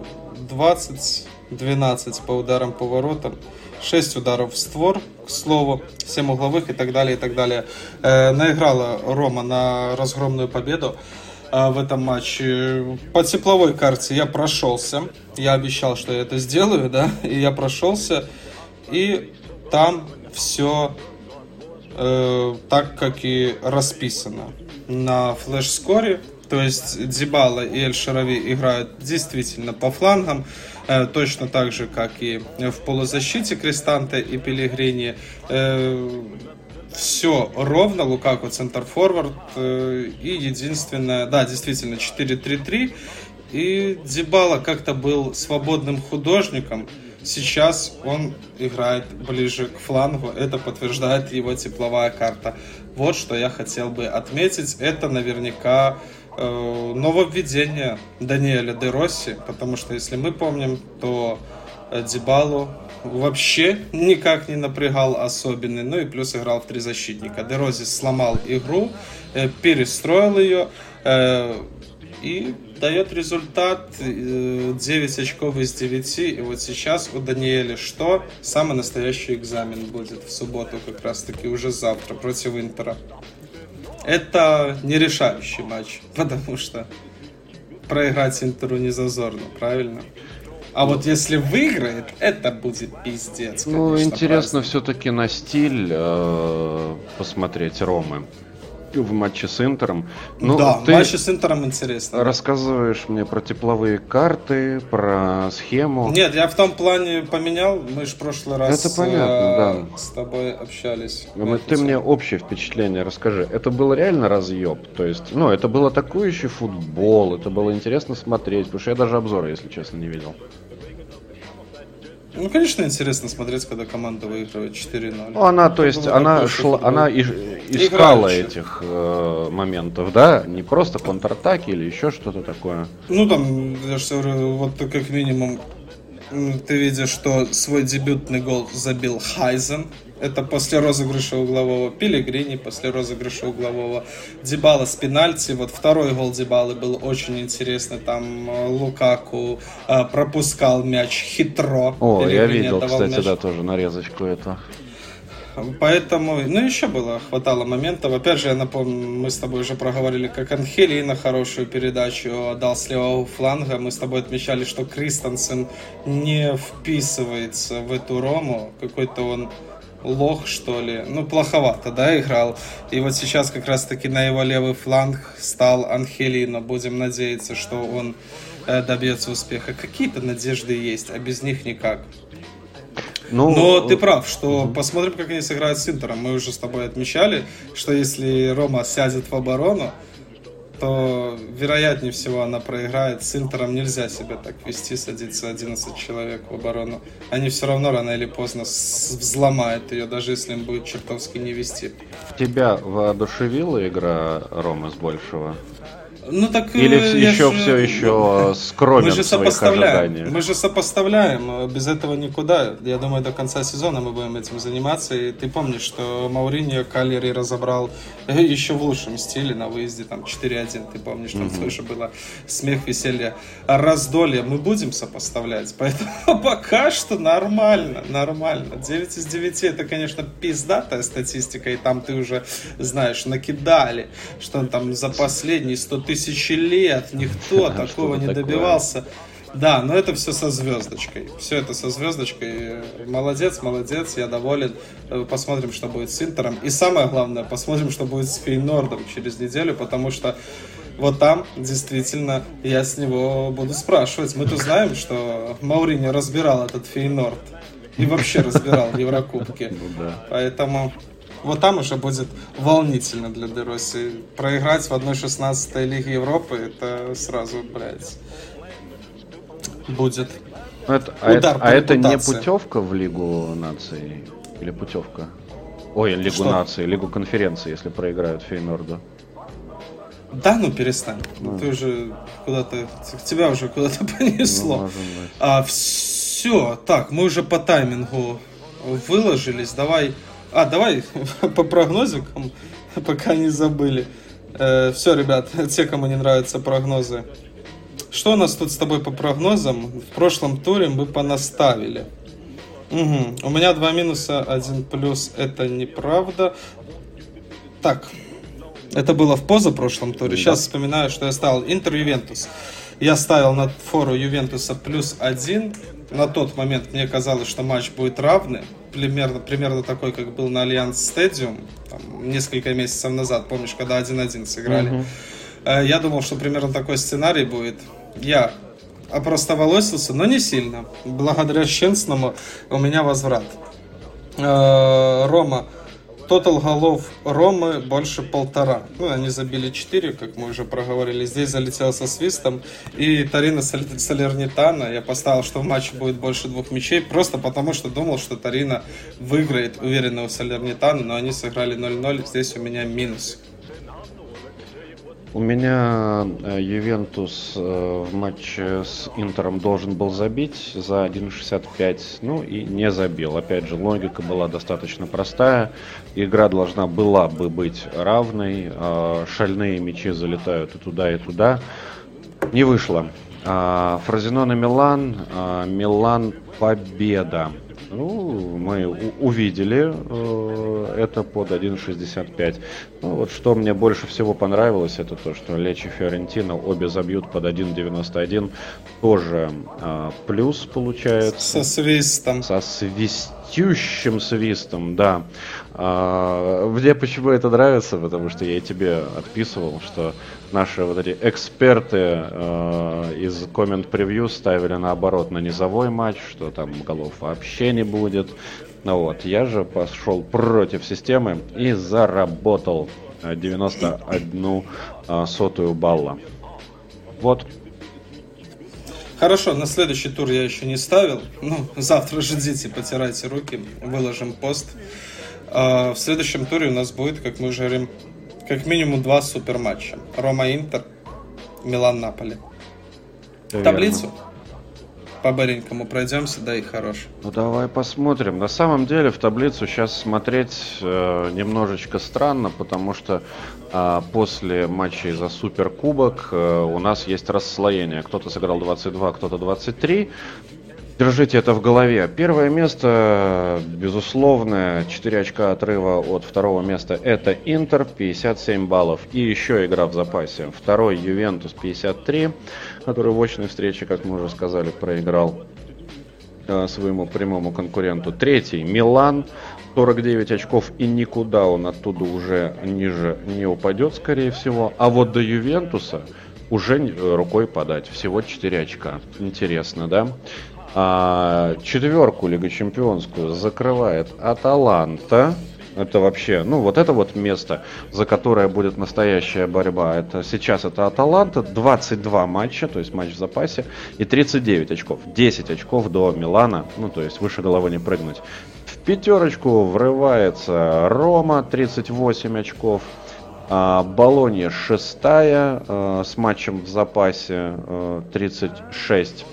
20-12 по ударам по воротам, 6 ударов в створ, к слову, 7 угловых и так далее, и так далее. Наиграла Рома на разгромную победу в этом матче. По тепловой карте я прошелся. Я обещал, что я это сделаю, да, и я прошелся. И там все так, как и расписано на флеш-скоре. То есть Дибала и Эль-Шарави играют действительно по флангам, точно так же, как и в полузащите Кристанте и Пеллегрини. Все ровно, Лукаку центр-форвард, и единственное, да, действительно 4-3-3, и Дибала как-то был свободным художником, сейчас он играет ближе к флангу, это подтверждает его тепловая карта. Вот что я хотел бы отметить, это наверняка нововведение Даниэля Де Росси, потому что, если мы помним, то Дибалу вообще никак не напрягал особенный, ну и плюс играл в 3 защитника. Де Рози сломал игру, перестроил ее и дает результат 9 очков из 9. И вот сейчас у Даниэля что? Самый настоящий экзамен будет в субботу, как раз таки уже завтра против Интера. Это не решающий матч, потому что проиграть Интеру не зазорно, правильно? А вот если выиграет, это будет пиздец. Конечно, интересно праздник. Все-таки на стиль посмотреть Ромы в матче с Интером. Да, в матче с Интером интересно. Рассказываешь мне про тепловые карты, про схему. Нет, я в том плане поменял. Мы же в прошлый раз это понятно, да. с тобой общались. Ты мне общее впечатление расскажи. Это был реально разъеб? То есть, это был атакующий футбол, это было интересно смотреть, потому что я даже обзоры, если честно, не видел. Ну, конечно, интересно смотреть, когда команда выигрывает 4-0. Ну, она, то есть, она искала этих моментов, да? Не просто контратаки или еще что-то такое. Ну, там, я же говорю, вот как минимум, ты видишь, что свой дебютный гол забил Хайзен. Это после розыгрыша углового. Пелегрини после розыгрыша углового. Дибала с пенальти. Вот второй гол Дибалы был очень интересный. Там Лукаку пропускал мяч хитро. О, Пелегрини я видел, кстати, мяч. Да, тоже нарезочку эту. Поэтому, ну, еще хватало моментов. Опять же, я напомню, мы с тобой уже проговорили, как Анхелина хорошую передачу отдал с левого фланга. Мы с тобой отмечали, что Кристенсен не вписывается в эту Рому. Какой-то он лох, что ли. Ну, плоховато, да, играл. И вот сейчас как раз-таки на его левый фланг стал Анхелино. Будем надеяться, что он добьется успеха. Какие-то надежды есть, а без них никак. Но ты прав, что посмотрим, как они сыграют с Интером. Мы уже с тобой отмечали, что если Рома сядет в оборону, то вероятнее всего она проиграет. С Интером нельзя себя так вести, садиться 11 человек в оборону. Они все равно рано или поздно взломают ее, даже если им будет чертовски не вести. Тебя воодушевила игра Ромы с большего? Ну, так, или все еще скромен в своих ожиданиях? Мы же сопоставляем, без этого никуда. Я думаю, до конца сезона мы будем этим заниматься. И ты помнишь, что Мауриньо Кальери разобрал еще в лучшем стиле на выезде, там 4-1. Ты помнишь, там тоже было смех, веселье. А раздолье мы будем сопоставлять. Поэтому пока что нормально. 9 из 9 это, конечно, пиздатая статистика. И там ты уже знаешь, накидали, что там за последние 100 тысяч лет никто такого не добивался. Да, но это все со звездочкой. Все это со звездочкой. Молодец, я доволен. Посмотрим, что будет с Интером. И самое главное, посмотрим, что будет с Фейнордом через неделю, потому что вот там действительно я с него буду спрашивать. Мы-то знаем, что Мауриньо разбирал этот Фейнорд. И вообще разбирал в Еврокубке. Поэтому вот там уже будет волнительно для Де Росси. Проиграть в 1/16 Лиги Европы, это сразу, блядь, будет удар по это не путевка в Лигу наций? Или путевка? Ой, Лигу наций, Лигу конференции, если проиграют Фейнорду. Да, ну перестань. Ты уже куда-то, тебя уже куда-то понесло. Все, так, мы уже по таймингу выложились. Давай по прогнозикам, пока не забыли. Все, ребят, те, кому не нравятся прогнозы. Что у нас тут с тобой по прогнозам? В прошлом туре мы понаставили. У меня 2 минуса, 1 плюс. Это неправда. Так, это было в позапрошлом туре. Сейчас вспоминаю, что я ставил Интер-Ювентус. Я ставил на фору Ювентуса +1. На тот момент мне казалось, что матч будет равный. Примерно такой, как был на Альянс Стадиум несколько месяцев назад. Помнишь, когда 1-1 сыграли? Я думал, что примерно такой сценарий будет. Я опростоволосился, но не сильно. Благодаря Щенсному у меня возврат. Рома. Тотал голов Ромы больше 1,5. Ну, они забили 4, как мы уже проговорили. Здесь залетел со свистом. И Торино Салернитана. Я поставил, что в матче будет больше 2 мячей. Просто потому, что думал, что Торино выиграет уверенно у Салернитана. Но они сыграли 0-0. Здесь у меня минус. У меня Ювентус в матче с Интером должен был забить за 1.65, ну и не забил. Опять же, логика была достаточно простая. Игра должна была бы быть равной. Шальные мячи залетают и туда, и туда. Не вышло. Фрозинone Милан. Милан победа. Ну, мы увидели это под 1.65. Ну, вот что мне больше всего понравилось, это то, что Лечи и Фиорентина обе забьют под 1.91. Тоже плюс получается. Со свистом. Со свистющим свистом, да. Мне почему это нравится, потому что я и тебе отписывал, что наши вот эти эксперты из коммент-превью ставили наоборот на низовой матч, что там голов вообще не будет. Ну вот, я же пошел против системы и заработал 91 сотую балла. Вот. Хорошо, на следующий тур я еще не ставил. Ну, завтра ждите, потирайте руки, выложим пост. В следующем туре у нас будет, как мы уже говорим, как минимум 2 суперматча. Рома-Интер, Милан-Наполи. Таблицу по-баренькому пройдемся, да и хорош. Ну давай посмотрим. На самом деле в таблицу сейчас смотреть немножечко странно, потому что после матчей за Суперкубок у нас есть расслоение. Кто-то сыграл 22, кто-то 23. Держите это в голове. Первое место, безусловно, 4 очка отрыва от второго места, это Интер, 57 баллов. И еще игра в запасе. Второй Ювентус, 53, который в очной встрече, как мы уже сказали, проиграл своему прямому конкуренту. Третий Милан, 49 очков, и никуда он оттуда уже ниже не упадет, скорее всего. А вот до Ювентуса уже рукой подать. Всего 4 очка. Интересно, да? Четверку Лигу Чемпионскую закрывает Аталанта. Это вообще, ну вот это вот место, за которое будет настоящая борьба. Это сейчас это Аталанта, 22 матча, то есть матч в запасе, и 39 очков. 10 очков до Милана, ну то есть выше головы не прыгнуть. В пятерочку врывается Рома, 38 очков. Болонья шестая с матчем в запасе, 36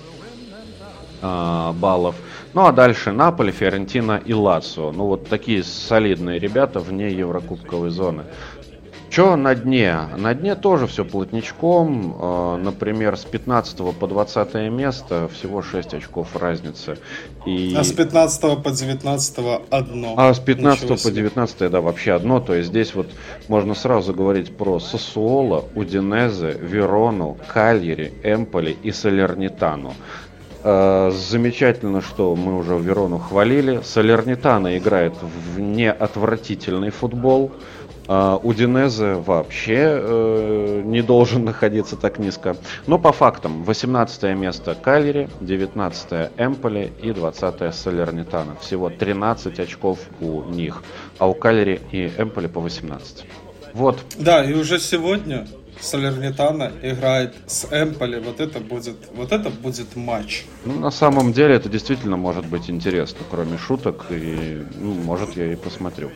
баллов. Ну а дальше Наполи, Фиорентина и Лацио. Ну вот такие солидные ребята вне Еврокубковой зоны. Че на дне? На дне тоже все плотничком. Например, с 15 по 20 место всего 6 очков разницы. А с 15 по 19 одно. А с 15 по 19, да, вообще одно. То есть здесь вот можно сразу говорить про Сассуоло, Удинезе, Верону, Кальяри, Эмполи и Салернитану. Замечательно, что мы уже Верону хвалили. Салернитана играет в неотвратительный футбол. Удинезе вообще не должен находиться так низко. Но по фактам: 18 место Кальяри, 19 Эмполи и 20 Салернитана. Всего 13 очков у них. А у Кальяри и Эмполи по 18. Вот. Да, и уже сегодня Салернитана играет с Эмполи. Вот это будет матч. Ну, на самом деле это действительно может быть интересно, кроме шуток. И, ну, может, я и посмотрю.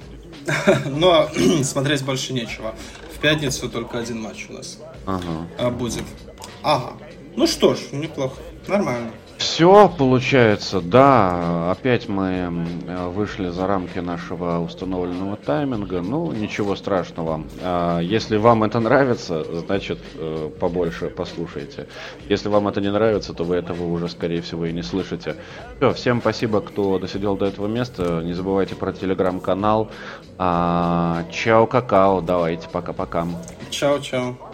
Но смотреть больше нечего. В пятницу только один матч у нас будет. Ага. Ну что ж, неплохо. Нормально. Все получается, да, опять мы вышли за рамки нашего установленного тайминга. Ну, ничего страшного. Если вам это нравится, значит, побольше послушайте. Если вам это не нравится, то вы этого уже, скорее всего, и не слышите. Все, всем спасибо, кто досидел до этого места. Не забывайте про телеграм-канал. Чао, какао. Давайте, пока-пока. Чао-чао.